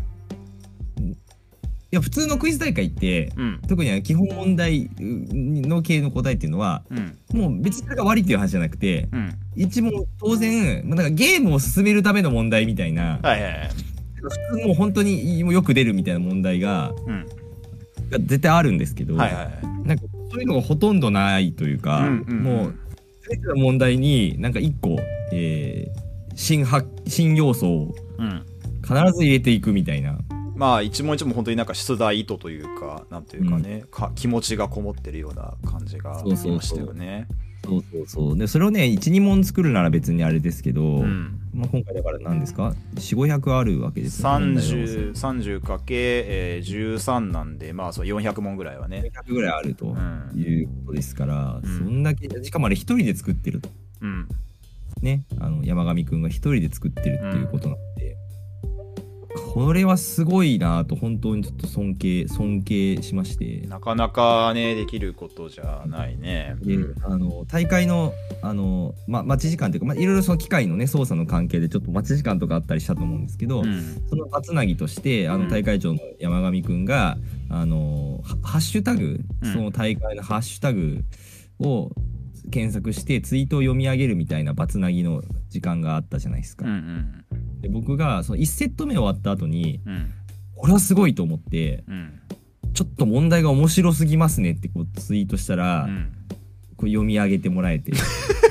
いや普通のクイズ大会って、うん、特に基本問題の系の答えっていうのは、うん、もう別にそれが悪いっていう話じゃなくて、うん、一問当然、まあ、なんかゲームを進めるための問題みたいな、 はいはいはい、 普通もう本当によく出るみたいな問題が、うん、が絶対あるんですけど、はいはいはい、なんかそういうのがほとんどないというか、うんうんうん、もう全ての問題になんか一個、えー、新発新要素を必ず入れていくみたいな。 まあ一問一問本当になんか出題意図というかなんというかね、うん、か気持ちがこもってるような感じがありましたよね。 そうそうそうでそれをねいちに問作るなら別にあれですけど、うんまあ、今回だから何ですかよんひゃくごひゃくあるわけですね。さんじゅう さんじゅうかけるじゅうさんなんでまあそうよんひゃく問ぐらいはねよんひゃくぐらいあるということですから、うん、そんだけしかもあれ一人で作ってると、うん、ねあの山上くんが一人で作ってるっていうことなんで、うん、これはすごいなと本当にちょっと尊敬尊敬しましてなかなかねできることじゃないね。 で、うん、あの大会のあの、ま、待ち時間というか、ま、いろいろその機械のね操作の関係でちょっと待ち時間とかあったりしたと思うんですけど、うん、その場つなぎとしてあの大会長の山上くんが、うん、あのハッシュタグ、うん、その大会のハッシュタグを検索してツイートを読み上げるみたいな場つなぎの時間があったじゃないですか。うんうんで僕がそのいちセット目終わった後に、うん、これはすごいと思って、うん、ちょっと問題が面白すぎますねってこうツイートしたら、うん、こう読み上げてもらえて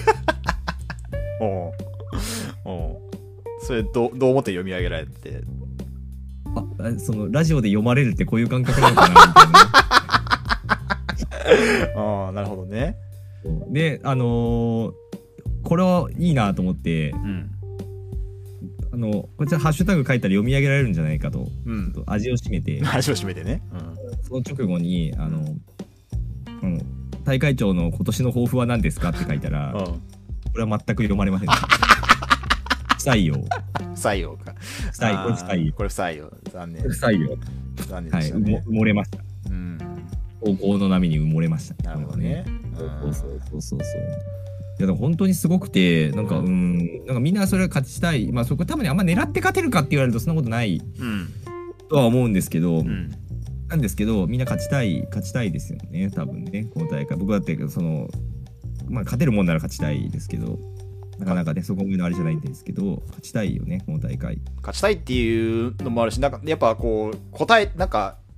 おうおうそれ ど, どう思って読み上げられてあそのラジオで読まれるってこういう感覚なのかなみたいなああなるほどね。 であのー、これはいいなと思って、うんあのこちらハッシュタグ書いたら読み上げられるんじゃないかと、うん、ちょっと味を占めて味を占めてね、うん、 その直後にあの、うん、大会長の今年の抱負は何ですかって書いたら、うん、これは全く読まれませんでした不採用不採用か不採これ不採用これ不採用残念不採用残念でしたね、 はい、埋もれました、うん、高校の波に埋もれました。 なるほどね、 うん、そうそうそうそうそういやでも本当にすごくてなんかうん、うん、なんかみんなそれ勝ちたいまあそこ多分ねあんま狙って勝てるかって言われるとそんなことない、うん、とは思うんですけど、うん、なんですけどみんな勝ちたい勝ちたいですよね多分ねこの大会僕だってそのまあ勝てるもんなら勝ちたいですけどなかなかねそこまでのあれじゃないんですけど勝ちたいよねこの大会勝ちたいっていうのもあるしなんかやっぱこう答えなんか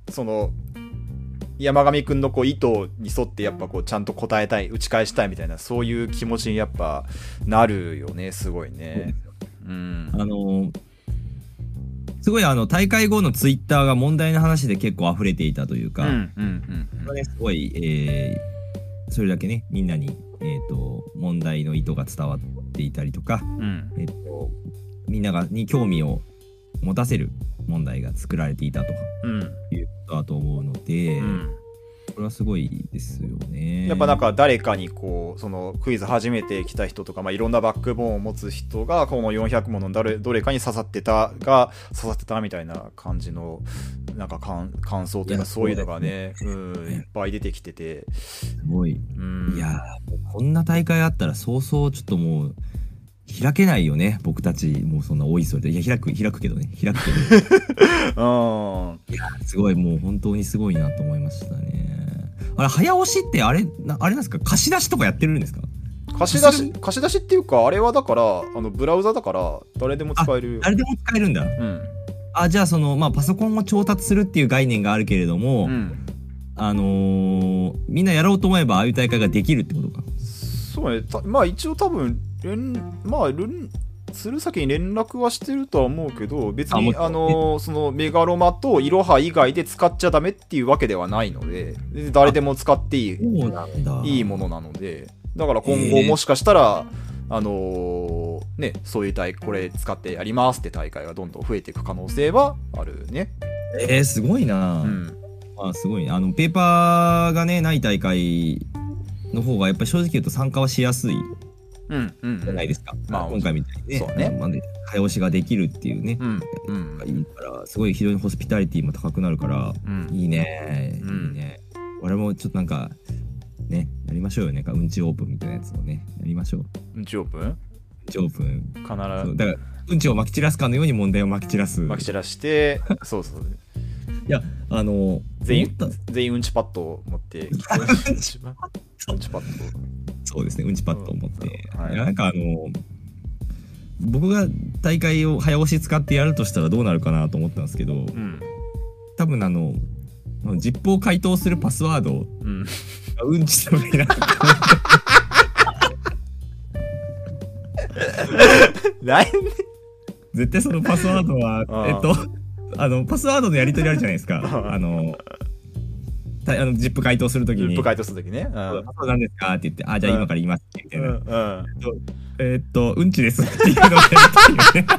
その山上くんのこう意図に沿ってやっぱこうちゃんと答えたい、打ち返したいみたいな、そういう気持ちにやっぱなるよね、すごいね。うん、 あのすごいあの大会後のツイッターが問題の話で結構溢れていたというか、うんうんうんうん、すごい、えー、それだけねみんなに、えーと、問題の意図が伝わっていたりとか、うんえーと、みんながに興味を持たせる問題が作られていたということだと思うので、うん、これはすごいですよね。 やっぱなんか誰かにこうそのクイズ初めて来た人とか、まあ、いろんなバックボーンを持つ人がこのよんひゃくものどれ、どれかに刺さってたが刺さってたみたいな感じのなんか感想というかそういうのがね、うん、いっぱい出てきててすごい、うん、いやこんな大会あったらそうそうちょっともう開けないよね、僕たちもうそんなおいそれで。いや開く開くけどね開くけどいやすごいもう本当にすごいなと思いましたね。あれ早押しってあれなあれなんですか、貸し出しとかやってるんですか？ 貸し出し貸し出しっていうかあれはだからあのブラウザだから誰でも使える。 誰でも使えるんだ。うん。あじゃあそのまあパソコンを調達するっていう概念があるけれども、うん、あのー、みんなやろうと思えばああいう大会ができるってことか。 そうね。まあ一応多分連まあ連鶴崎に連絡はしてるとは思うけど別にあのそのメガロマとイロハ以外で使っちゃダメっていうわけではないので誰でも使っていいいいものなのでだから今後もしかしたら、あのー、ねそういう大これ使ってやりますって大会がどんどん増えていく可能性はあるね。 えー、すごいな、うん、あすごいあのペーパーがねない大会の方がやっぱり正直言うと参加はしやすいうんうん、 じゃないですか、まあ、今回みたいにね、 そうね、 まあ、早押しができるっていうね、うんうん、いいからすごい非常にホスピタリティも高くなるから、うん、いいね、うん、いいね。俺もちょっとなんかねやりましょうよね、うんちオープンみたいなやつをねやりましょう。 うんちオープン？ うんちオープン必ずだからうんちをまき散らすかのように問題をまき散らすまき散らしてそうそういやあの全員全員うんちパッドを持ってうんちパッドそうですね、うんちパッドを持って、うんはい、なんかあの僕が大会を早押し使ってやるとしたらどうなるかなと思ったんですけど、うん、多分あのジップを解凍するパスワード、うん、うんちでもいいな絶対そのパスワードはえっとあのパスワードのやり取りあるじゃないですかあのあのジップ解凍するときにジップ解凍するときね、うん、 パスワードなんですかって言ってあじゃあ今から言いますみたいな、うんうん、えー、っとうんちですっていうのをやるっていうね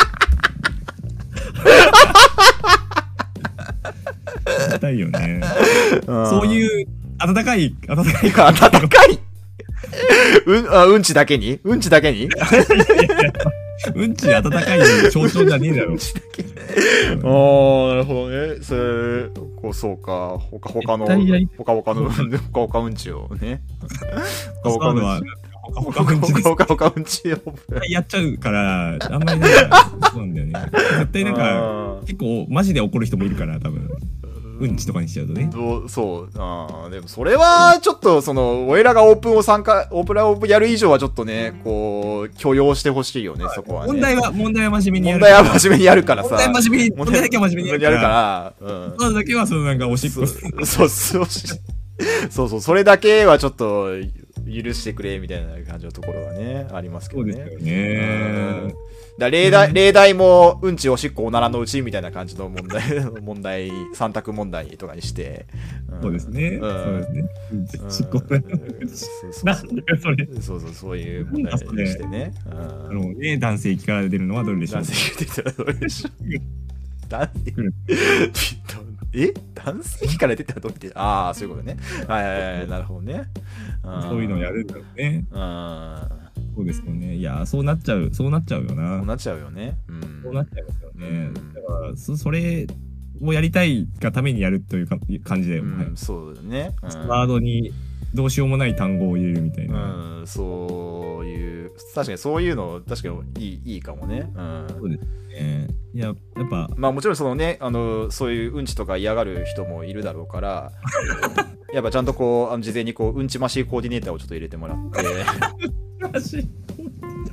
したいよね、うん、そういう温かい温かい温かいうんあうんちだけにうんちだけにうんち温かい象徴じゃねえだろ。うん、 ああなるほどね。それこうそうかほかほかのほかほかのほかほかうんちをね。 ほかほかのはほかほかうんちです。 ほかほかうんちをやっちゃうからあんまりなんかそうなんだよね。絶対なんか結構マジで怒る人もいるから多分。うんちとかにしちゃうとね。 どそうあでもそれはちょっとその俺らがオープンを参加オープンラオープンやる以上はちょっとねこう許容してほしいよねそこはね。 問題は問題は真面目にやる問題は真面目にやるからさ。 問題真面目に問題だけは真面目にやるから。うん。 それだけはそのなんかおしっこそうそうそうそうそれだけはちょっと許してくれみたいな感じのところはねありますけどね。 そうですよね。 だ例題、例題もうんちおしっこおならのうちみたいな感じの問題問題さん択問題とかにして、 うん、そうですね、うん、そうですねうんちおしっこおならのうちなんだよそれそうそうそういう問題にしてね、うん、 あのね男性器から出るのはどれでしょう。 男性器から出たらどれでしょう男性え男性器から出たらどれでああそういうことねはいはいはいなるほどね、 うん、そういうのをやるんだろうね。うんそうですよね。いやそうなっちゃうそうなっちゃうよな。 そうなっちゃうよね。 うん、そうなっちゃいますよね。うん、だからそそれをやりたいがためにやるというか感じだよね。うん、 そうだね。 うん、ワードにどうしようもない単語を入れるみたいな。 うん、そういう確かにそういうの確かにいいいいかもね。うん、 そうですね。いややっぱまあもちろんそのねあのそういううんちとか嫌がる人もいるだろうから。やっぱちゃんとこうあの事前にこううんちマシーコーディネーターをちょっと入れてもらって。ち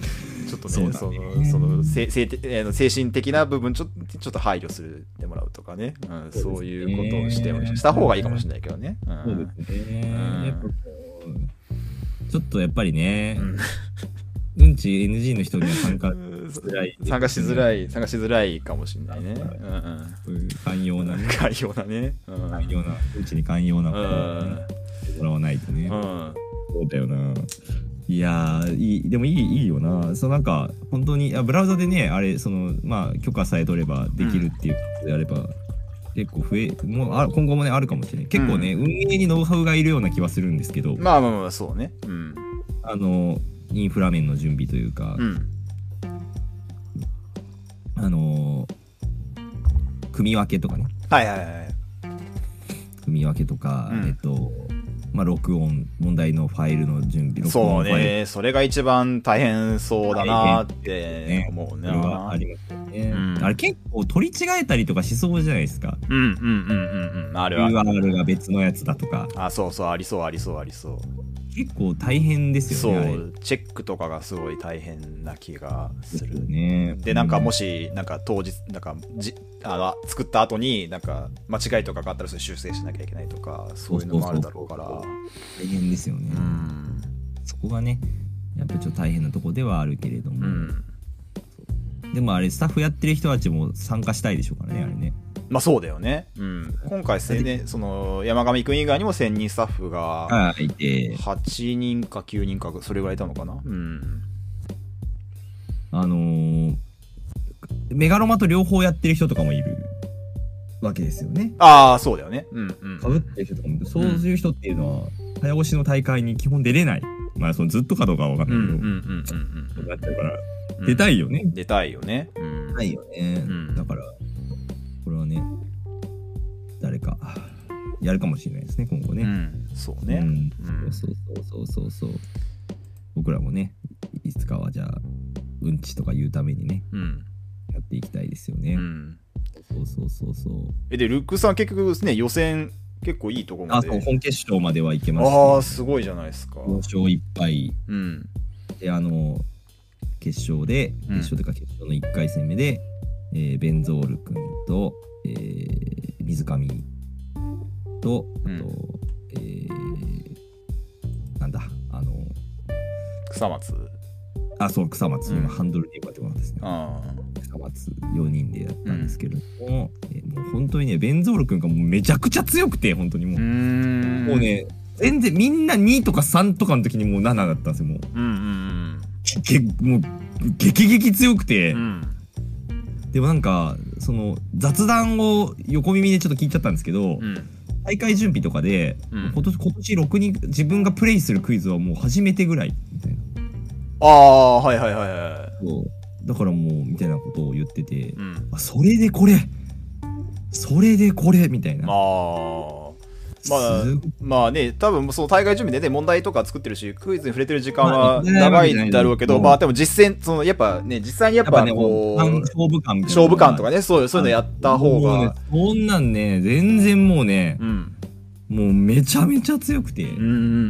ちょっとね、そのその精神的な部分ちょちょっと配慮するってもらうとかね、うん、そういうことをしてした方がいいかもしれないけどね。うん、そうですね。 うん、やっぱちょっとやっぱりね、うんうんち エヌジー の人には参加しづらい、 ね、参加しづらい参加しづらいかもしれないね。うん、 そういう寛容なね寛容なね、 うん、寛容なうんちに寛容なことを、ね、もらわないとね、うん、そうだよな。いやーいいでもいいいいよな。そうなんか本当にブラウザでねあれそのまあ許可さえ取ればできるっていうことであれば、うん、結構増えもうあ今後もねあるかもしれない。結構ね、うん、運営にノウハウがいるような気はするんですけど、 まあまあまあそうね、うん、 あのインフラ面の準備というか、うん、あの組み分けとかね、 はいはいはい、 組み分けとか、うん、えっとまあ録音問題のファイルの準備、 そうね、それが一番大変そうだなって思うね。 それはありますよね、うん、あれ結構取り違えたりとかしそうじゃないですか。 うんうんうんうんうん、あるある。 ユーアール が別のやつだとか、 あ、そうそう、ありそうありそうありそう。 結構大変ですよね。 そうチェックとかがすごい大変な気がするね。でなんかもしなんか当日なんかじあの作った後になんか間違いとかがあったらそれ修正しなきゃいけないとか、そういうのもあるだろうから大変ですよね。うん、そこがねやっぱちょっと大変なとこではあるけれども、うん、でもあれスタッフやってる人たちも参加したいでしょうからね、あれね。 まあそうだよね。うん、今回青年その山上くん以外にもせんにんスタッフがいてはちにんかきゅうにんかそれぐらいいたのかな。うん、 あのー、メガロマと両方やってる人とかもいるわけですよね。 ああそうだよね。うんうん。 かぶってる人とかもそういう人っていうのは、うん、早押しの大会に基本出れない。まあそのずっとかどうかは分かんないけど、うんうんうんうん、そうなっちゃうから、うん、出たいよね。 出たいよね。 うん、出たいよね。うん、だから。これはね誰かやるかもしれないですね今後ね、うん、 そうね、うん、 そうそうそうそうそう僕らもねいつかはじゃあうんちとか言うためにね、うん、やっていきたいですよね、うん、そうそうそうそう。 えでルックさん結局ですね予選結構いいところまで、 あそう本決勝まではいけました、 ね、ああすごいじゃないですか。 よん勝いっぱい、うん、であの決勝で決勝というか決勝のいっかい戦目で、えー、ベンゾール君と、えー、水上と、あと、うんえー、なんだ、あの、 草松。 あ、そう、草松、うん、今ハンドルで言われてもらったんですね。草松よにんでやったんですけども、うんえー、もう本当にね、ベンゾール君がもうめちゃくちゃ強くて、本当にもう、うもうね、全然みんなにとかさんとかの時にもうななだったんですよ、もう。うんうんうん、げもう激激強くて。うんでもなんかその雑談を横耳でちょっと聞いちゃったんですけど、うん、大会準備とかで、うん、今年今年ろくにん自分がプレイするクイズはもう初めてぐらいみたいな。 ああはいはいはいはい。 そうだからもうみたいなことを言ってて、うん、あそれでこれそれでこれみたいな。ああ。 まあ、まあね、多分その大会準備でね、問題とか作ってるし、クイズに触れてる時間は長いんだろうけど、まあでも実践、そのやっぱね、実際にやっぱこう、 ね、勝負感みたいな。 勝負感とかね、そういう、そういうのやった方が。 ね、そんなんね、全然もうね、うん、もうめちゃめちゃ強くて。うんうんうんうんうん。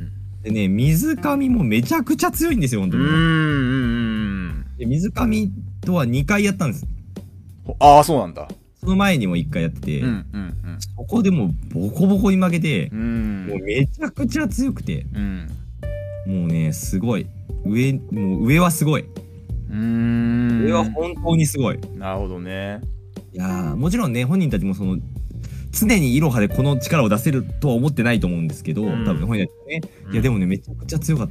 でね、水上もめちゃくちゃ強いんですよ、本当に。うんうんうん。で水上とはにかいやったんです。 ああ、そうなんだ。 その前にもいっかいやってて、うんうんうん、そこでもうボコボコに負けて、うん、もうめちゃくちゃ強くて、うん、もうねすごい上もう上はすごい、うーん上は本当にすごい。 なるほどね。 いやもちろんね本人たちもその常にイロハでこの力を出せるとは思ってないと思うんですけど、うん、多分本人たちもね、うん、いやでもねめちゃくちゃ強かった。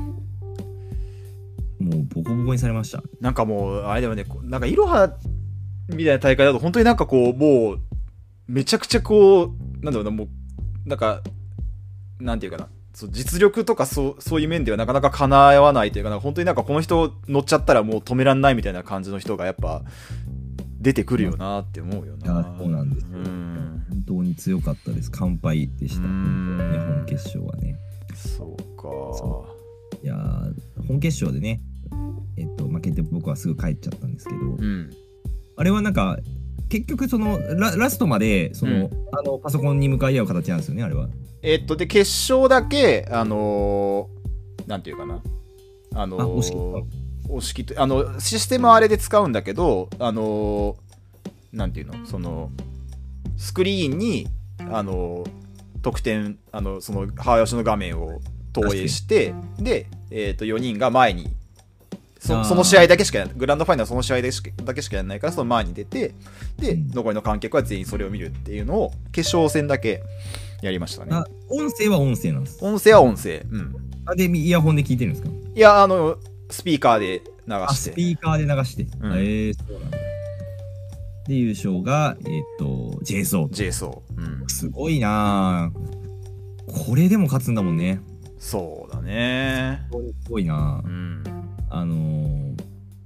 もうボコボコにされました。 なんかもうあれでもねなんかイロハみたいな大会だと本当になんかこうもうめちゃくちゃこうなんだろうなもうなんかなんていうかなそう実力とかそうそういう面ではなかなか叶わないというかなんか本当になんかこの人乗っちゃったらもう止めらんないみたいな感じの人がやっぱ出てくるよなって思うよな。 いやそうなんですよ。うん本当に強かったです。完敗でした。本当にね本決勝はね。 そうか。そういや本決勝でねえっと負けて僕はすぐ帰っちゃったんですけど。うんあれはなんか結局その ラ, ラストまでその、うん、あのパソコンに向かい合う形なんですよねあれは。 えー、っとで決勝だけあのー、なんていうかなあのー、押し切ってあのシステムはあれで使うんだけど、あのー、なんていうの、そのスクリーンにあの得点、あのその早押しの画面を投影して、で、えー、とよにんが前に そ, その試合だけしかやらない、グランドファイナルはその試合だけしかやらないから、その前に出て、で、うん、残りの観客は全員それを見るっていうのを決勝戦だけやりましたね。 あ、音声は音声なんです。 音声は音声。うん。 あ、でイヤホンで聞いてるんですか？ いや、あのスピーカーで流して。 あ、スピーカーで流して。うん、えー、そうなんだ。で、優勝が、えっ、ー、と、ジェイソー。 ジェイソー。うん。 すごいなぁ。これでも勝つんだもんね。 そうだね。 すごいなぁ。うん。あのー、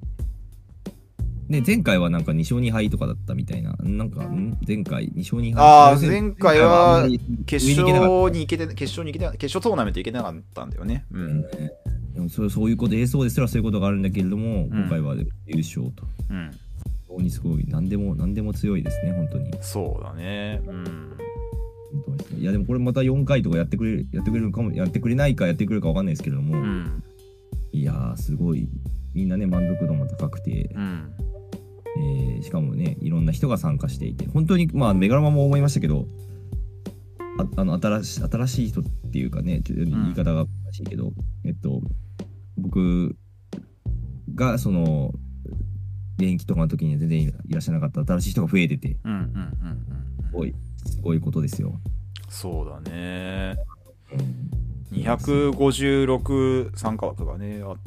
ね、前回はなんかに勝に敗とかだったみたいな。なんか、前回に勝に敗。 ああ、前回は決勝に行けて、決勝に行けて、決勝トーナメント行けなかったんだよね。うん。 ね、でもそう、そういうこと、ええそうですらそういうことがあるんだけれども、うん、今回は優勝と。うん。非常にすごい、何でも、何でも強いですね、本当に。 そうだね。うん。 いや、でもこれまたよんかいとかやってくれる、やってくれるかも、やってくれないかやってくれるかわかんないですけれども、うん、いやー、すごい、みんなね、満足度も高くて、うん、えー、しかもね、いろんな人が参加していて、本当に、まあ、メガロマも思いましたけど、ああの新し、新しい人っていうかね、言い方が難しいけど、うん、えっと、僕が、その、現役とかの時には全然いらっしゃらなかった新しい人が増えてて、うんうんうんうん、すごい、すごいことですよ。 そうだね。うん、にひゃくごじゅうろく参加枠がねあって、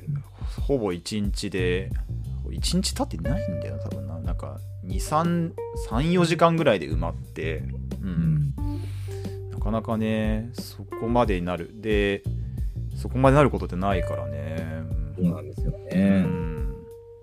ほぼいちにちでいちにち経ってないんだよ多分な。なんかにさん、さん、よじかんぐらいで埋まって、うん、うん、なかなかねそこまでになるでそこまでなることってないからね。 そうなんですよね。うん、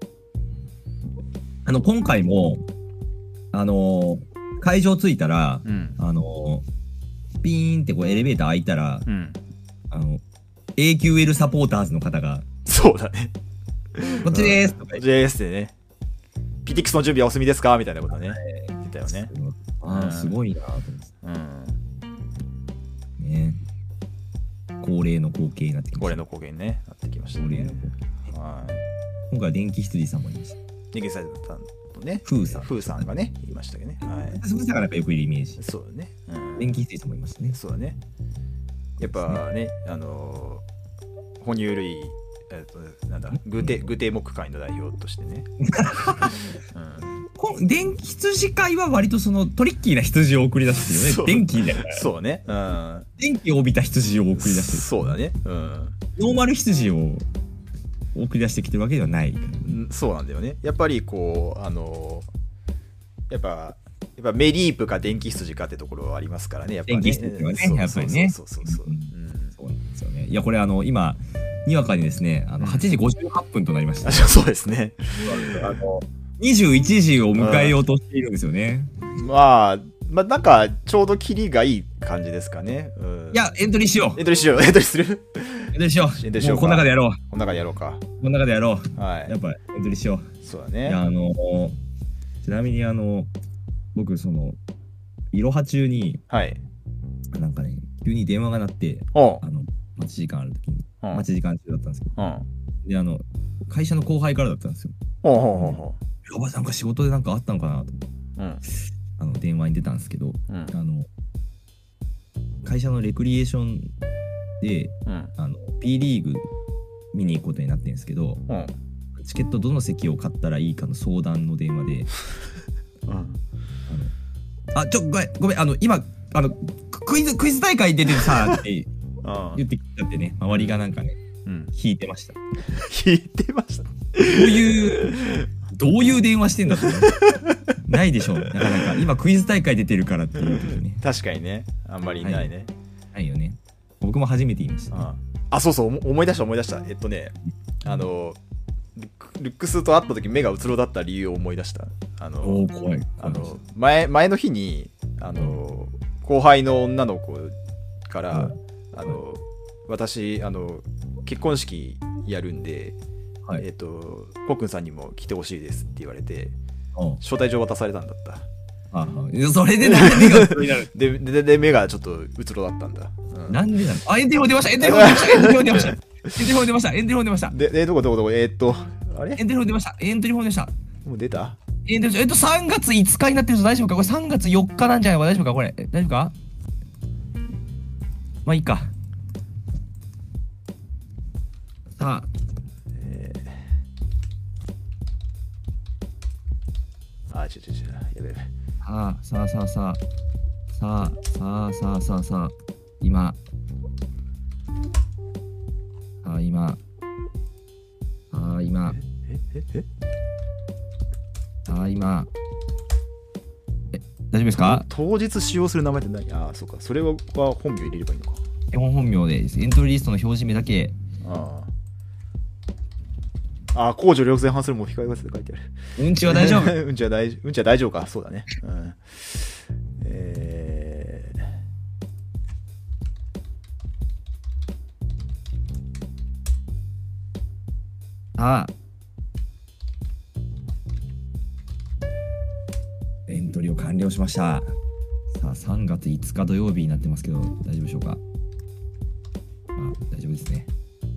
あの今回もあの会場着いたら、うん、あのピーンってこうエレベーター開いたら、うん、あの エーキューエル サポーターズの方がそうだねこっちでーすとかこっちでーすってね、ピティクスの準備はお済みですかみたいなことね、言ってたよね。 ああ、すごいなと思って、うん、ね、恒例の光景になってきました。 恒例の光景に、ね、なってきましたね。恒例の光景、 はい、今回は電気羊さんもいました。 電気羊さんとね、 フーさん、 フーさんがね言いましたけどね。はい。 フーさんがなんかよくいるイメージ。 そうだね。 うん、電気羊さんもいましたね。 そうだね。やっぱね、あのー、哺乳類、えっとなんだ、グテグテ木会の代表としてね。 うん、電気羊会は割とそのトリッキーな羊を送り出すよね。電気だから。 そうね。うん。 電気を帯びた羊を送り出してる。 そうだね。うん。 ノーマル羊を送り出してきてるわけではないから、ね、 そうなんだよね。やっぱりこうあのやっぱやっぱメリープか電気羊かってところはありますからね。やっぱね。 電気羊はね、やっぱりね。 そうそうそうそう。うん、 そうなんですよね。いやこれあの今にわかにですね、あのはちじごじゅうはっぷんとなりました、ね。 うん、そうですね。 あのにじゅういちじを迎えようとしているんですよね。 うん、まあ。まあ、なんかちょうどキリがいい感じですかね。うん、 いやエントリーしよう。 エントリーしよう。エントリーする。 エントリーしよう。エントリーしよう。もうこの中でやろう。 この中でやろうか。 この中でやろう。 はい。 やっぱエントリーしよう。 そうだね。 いやあのちなみにあの僕そのいろは中に、はい、なんかね急に電話が鳴って、あの待ち時間ある時に、待ち時間中だったんですけど、であの会社の後輩からだったんですよ。おおおお。やばいなんか仕事でなんかあったのかなと思って。うん。あの電話に出たんですけど、うん、あの会社のレクリエーションで、うん、あの P リーグ見に行くことになってるんですけど、うん、チケットどの席を買ったらいいかの相談の電話で、うん、あのあちょごめんごめんあの今あのクイズクイズ大会出てるさって言ってきちゃってね、周りがなんかね、うん、引いてました。 引いてました。 どういうどういう電話してんだって、ね、ないでしょう。なかなか今クイズ大会出てるからっていう時ね。 確かにね、あんまりいないね。はい、 ないよね。僕も初めて言いました、ね。 ああ、そうそう思い出した思い出した。えっとね、あのルックスと会った時目がうつろだった理由を思い出した。あのお怖い。 あの前前の日にあの後輩の女の子から、うん、あの私あの結婚式やるんで。はい、えっ、ー、とコックンさんにも来てほしいですって言われて招待状渡されたんだった。 ああそれでなんで目がうつろになるででで目がちょっとうつろだったんだ、 うん、なんでなの。あ電話出ました電話出ました電話出ましたエントリーフォーム出ました。エントリーフォーム出ました。 で、え、どこどこどこえー、っと、あれエントリーフォーム出ました。エントリーフォーム出ました。 もう出たえー、えっと、さんがついつかになってるぞ。大丈夫かこれさんがつよっかなんじゃないか大丈夫かこれ。大丈夫かまあいいか。さあ。えー、あ、ちょちょちょ、やべやべ。 さあ、さあさあさあ。さあ、さあさあさあさあ。今。さあ、今。さあ、今。 えええさあ、今。え、大丈夫ですか？ 当日使用する名前って何？ああ、そうか。それは本名入れればいいのか。 基本本名で、エントリーリストの表示名だけ。 ああ。ああ、公序良俗反するも控えがつで書いてある。 うんちは大丈夫。 うんちは大丈夫。うんちは大丈夫か。そうだね。うん。えー。 さあ。エントリーを完了しました。さあ、さんがついつか土曜日になってますけど、大丈夫でしょうか？あ、大丈夫ですね。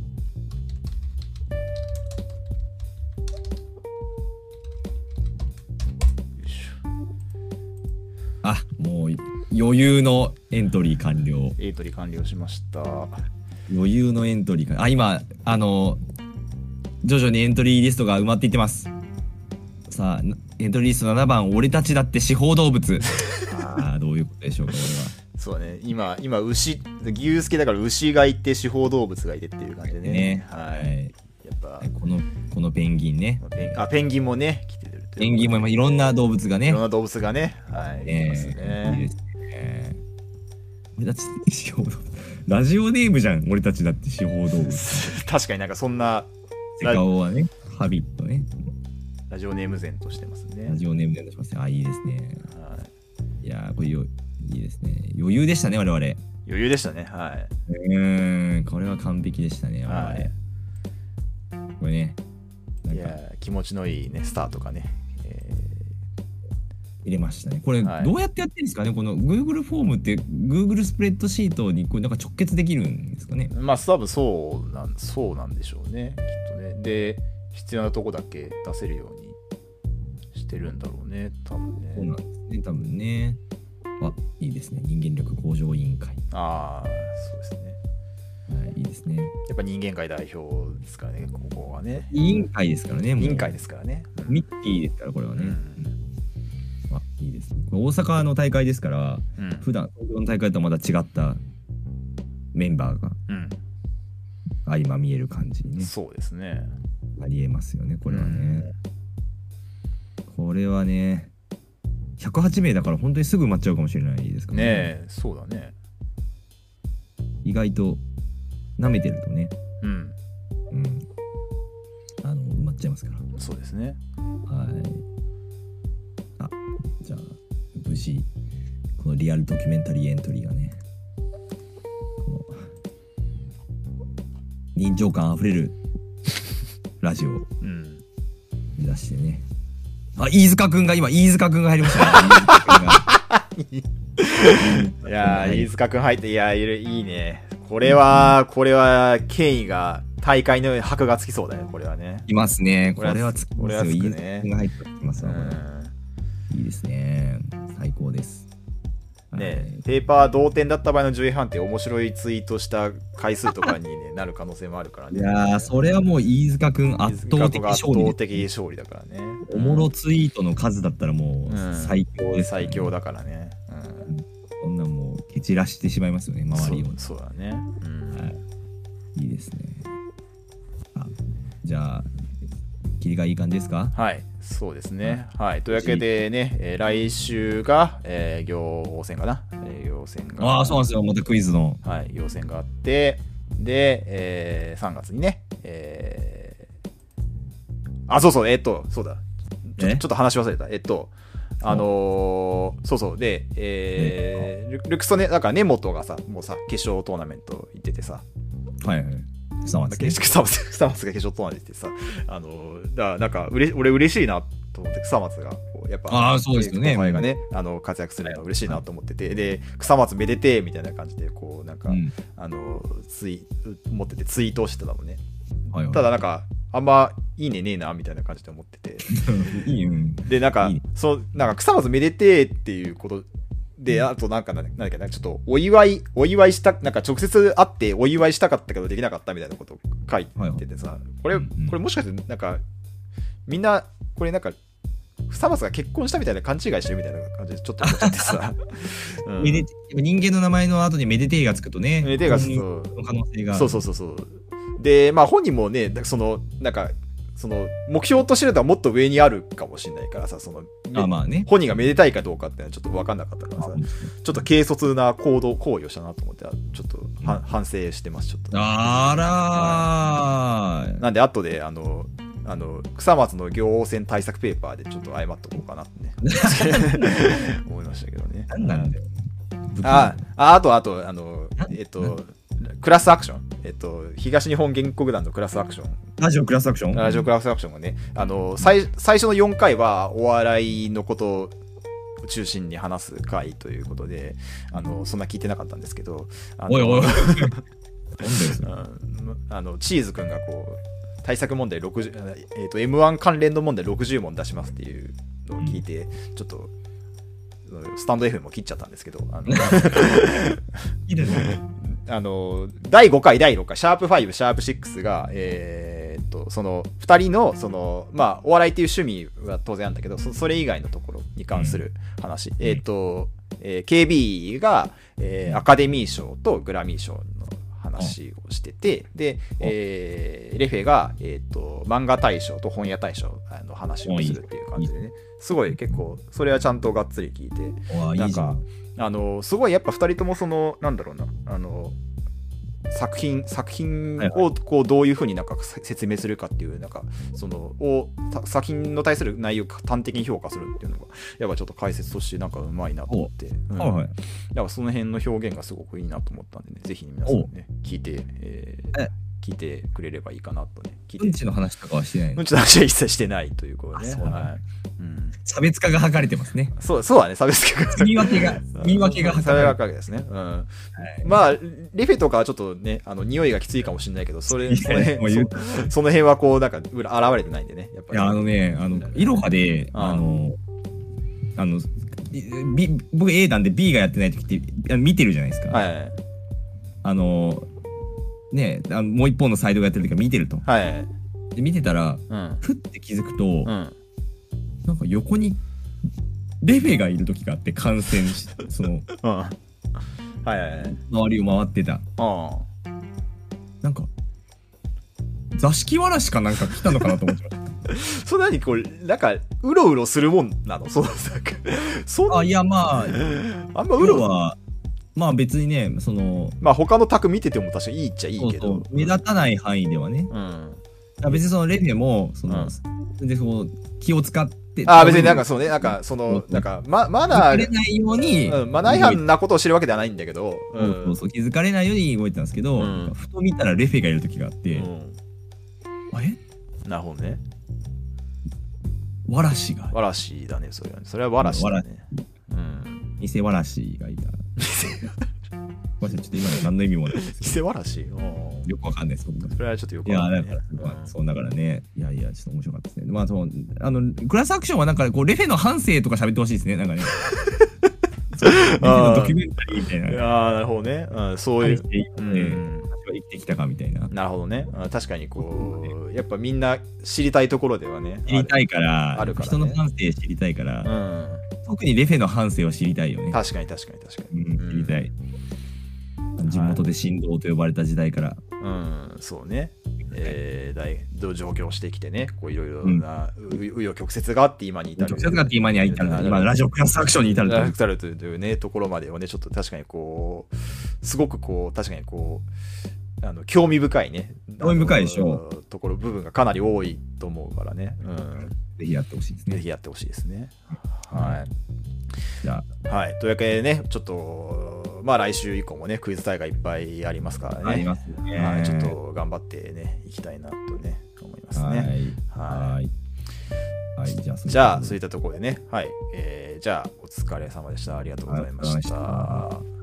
あ、もう余裕のエントリー完了。 エントリー完了しました。 余裕のエントリーか。あ、今、あの、徐々にエントリーリストが埋まっていってます。さあ、エントリーリストななばん、俺たちだって司法動物。ああ、どういうことでしょうか、これは。 そうだね、今、今、牛、牛助だから牛がいて、司法動物がいてっていう感じでね。ね、はい。やっぱ、 この、このペンギンね。 ペンあ、ペンギンもね、来てる。 ペンギンも今、いろんな動物がね。 いろんな動物がね、はい。 ね、いますね。いいですね。俺たちって司法動物。ラジオネームじゃん、俺たちだって司法動物。 確かになんかそんな。 セカオはね、ハビットね。 ラジオネーム前としてますね。 ラジオネーム前としますね。あ、いいですね。はい。いやー、これよ、いいですね。余裕でしたね、我々。余裕でしたね、はい。 うーん、これは完璧でしたね、我々。はい、これね。 いやー、気持ちのいいね、スタートがね。えー、入れましたね。これ、はい、どうやってやってるんですかね、この Google フォームって Google スプレッドシートにこれなんか直結できるんですかね。 まあ、多分そうなん、そうなんでしょうね、きっとね。で、必要なとこだけ出せるようにしてるんだろうね、多分ね。 そうなんですね、多分ね。あ、いいですね。人間力向上委員会。 ああ、そうですね。 はい、いいですね。 やっぱ人間界代表ですからね、ここはね。 委員会ですからね、もう。 委員会ですからね。 ミッキーですから、これはね。うん、あ、いいですね。これ大阪の大会ですから、うん、普段東京の大会とはまた違ったメンバーが、うん、相まみえる感じにね。 そうですね。 ありえますよね、これはね。うん、これはね、ひゃくはちめいだから本当にすぐ埋まっちゃうかもしれないですからね。 ねえ、そうだね。 意外と舐めてるとね、 うん、うん、 あの埋まっちゃいますから。 そうですね。 はい。あ、じゃあ無事このリアルドキュメンタリーエントリーがね、この臨場感あふれるラジオを目指してね。あ、飯塚くんが今飯塚くんが入りましたね。 いやー、飯塚くん入って、いやいる、いいね。これは、これは権威が大会の箔がつきそうだね、これはね。 いますね。これはつきますよ。 飯塚くんが入ってきますわ。いいですね。最高です。 ね、はい、ペーパー同点だった場合の順位判定、面白いツイートした回数とかに、ね、なる可能性もあるからね。 いやー、それはもう飯塚くん圧倒的勝利。 圧倒的勝利だからね。 おもろツイートの数だったらもう最強です、 ね、うん、最強だからね。 うん、そんなもう蹴散らしてしまいますよね、周りを。 そう、そうだね、うん、 はい。いいですね。あ、じゃあ切りがいい感じですか？ はい、そうですね。はい、というわけでね、えー、来週が、えー、行戦かな、えー、行戦が。 ああ、そうなんですよ。またクイズの。 はい、行戦があって、で、えー、さんがつにね、えー、あ、そうそう、えー、っと、そうだ。ちょ, ちょっと話し忘れた。えっと、あのー、そうそう、で、えー、ルクソね、だから根本がさ、もうさ、決勝トーナメント行っててさ、 はいはい。草松、 ね、草松、草松が決勝トーナメント行ってさ、あのー、だからなんかうれ、俺嬉しいなと思って、草松がこうやっぱあそうですよね、 後輩がねあの活躍するのが嬉しいなと思ってて、はい、で草松めでてみたいな感じでこうなんか、うん、あのツイ持っててツイートしてたもんね、はいはい、ただなんかあんまいいねねえなみたいな感じで思ってていい、うん、でなんかいい、ね、そうなんか草松めでてっていうことで、あとなんかなんだっけな、ちょっとお祝いお祝いしたなんか直接会ってお祝いしたかったけどできなかったみたいなことを書いててさ、はいはい、これ、うんうん、これもしかしてなんかみんなこれなんか草松が結婚したみたいな勘違いしてるみたいな感じでちょっと思っちゃってさ、 うん、めで人間の名前の後にめでてーがつくとね、 めでてーがつくと可能性がそうそうそうそうでまあ本人もねそのなんかその目標としてるのはもっと上にあるかもしれないからさ、そのあまあね、 本人がめでたいかどうかってのはちょっと分かんなかったからさ、ちょっと軽率な行動行為をしたなと思ってちょっと、うん、反省してますちょっと。 あらー、 なんで後であのあの草松の行政対策ペーパーでちょっと謝っとこうかなってね思いましたけどね。 なんなんだよ。 あああとあとあのえっとクラスアクション、えっと、東日本原告団のクラスアクション、 ラジオクラスアクション、 ラジオクラスアクションがね、あの 最, 最初のよんかいはお笑いのことを中心に話す回ということで、あのそんな聞いてなかったんですけど、あのおいおいあのチーズくんがこう対策問題ろくじゅう、えっと エムワン 関連の問題ろくじゅう問出しますっていうのを聞いて、うん、ちょっとスタンド エフエム も切っちゃったんですけど、あのいいですね。 あのだいごかいだいろっかいシャープファイブシャープシックスが、えー、っとそのふたりのそのまあお笑いっていう趣味は当然あるんだけど そ, それ以外のところに関する話、うん、えー、っと、えー、ケービー が、えー、アカデミー賞とグラミー賞の話をしてて、で、えー、レフェが、えー、と漫画大賞と本屋大賞の話をするっていう感じでね、すごい結構それはちゃんとがっつり聞いて、なんかあのすごいやっぱふたりともそのなんだろうなあの作品作品をこうどういうふうになんか説明するかっていうなんかそのを作品の対する内容を端的に評価するっていうのがやっぱちょっと解説としてなんかうまいなと思って、うん、はいはい、だからその辺の表現がすごくいいなと思ったんでね、ぜひ皆さんね聞いて、えー、聞いてくれればいいかなとね。聞いてうんちの話とかはしてない。 うんちの話は一切してないということね。はい、うん、 差別化が図れてますね。 そうそうだね、差別化が。 見分けが見分けが図れるですね。うん。はい、まあレフェとかはちょっとねあの匂いがきついかもしれないけど、それその辺 そ, その辺はこうなんか現れてないんでね。やっぱり。 いやあのねあのいろはであのあの B 僕 A なんで B がやってない時って見てるじゃないですか。はい。あの。ね、あのもう一本のサイドがやってる時は見てると、はい、で見てたら、うん、ふって気づくと、うん、なんか横にレフェがいる時があって観戦しその、うんはいはいはい、周りを回ってた、うん、なんか座敷わらしかなんか来たのかなと思っちゃうそんなにこうなんかうろうろするもんなの？そうそんあいやまああんまうろはまあ別にね、そのまあ他の卓見てても確かにいいっちゃいいけど、そうそう目立たない範囲ではね。うん。別にそのレフェもその、うん、でそう気を使って、 ああ別になんかそうねなんかそのなんかままだ気づかれないように、 うん、マナー違反なことを知るわけではないんだけど、 うん、そうそう気づかれないように動いてたんですけど、うん、ふと見たらレフェがいる時があって、うん、あれ？ なるほどね。 わらしが。 わらしだねそれはね。それはわらしだね。 うん。偽わらしがいた。ごめんなさい、ちょっと今の何の意味もないですけど。偽わらしよくわかんないです。 それはちょっとよくわかんない、ね。 いや、だから、うん、そうだからね。いやいや、ちょっと面白かったですね。まあ、その、あの、クラスアクションはなんか、こう、レフェの反省とか喋ってほしいですね。なんかね。レフェのドキュメンタリーみたいな。 いやなるほどね。うん、そういう。 うん。生きてきたかみたいな。 なるほどね。確かにこう、やっぱみんな知りたいところではね。 知りたいから、あるから、ね、人の反省知りたいから、うん、特にレフェの反省を知りたいよね。 確かに確かに確かに。 うん、知りたい。地元で神道と呼ばれた時代から。 うん、そうね。えー、上京してきてね、こういろいろな紆余曲折があって今に至る。 曲折があって今に至る。今ラジオクラスアクションに至る。 至るというねところまでをね、ちょっと確かにこうすごくこう確かにこうあの興味深いね。 興味深いでしょ。 ところ部分がかなり多いと思うからね。うん。 ぜひやってほしいですね。 ぜひやってほしいですね。はい。じゃあ、はい。というわけでね、ちょっと、まあ来週以降もね、クイズ大会いっぱいありますからね。 ありますね。 はい。ちょっと頑張ってね、いきたいなとね、思いますね。 はい。はい。 はい、じゃあ、 じゃあそういったところでね、はい、えー、じゃあお疲れ様でした。ありがとうございました。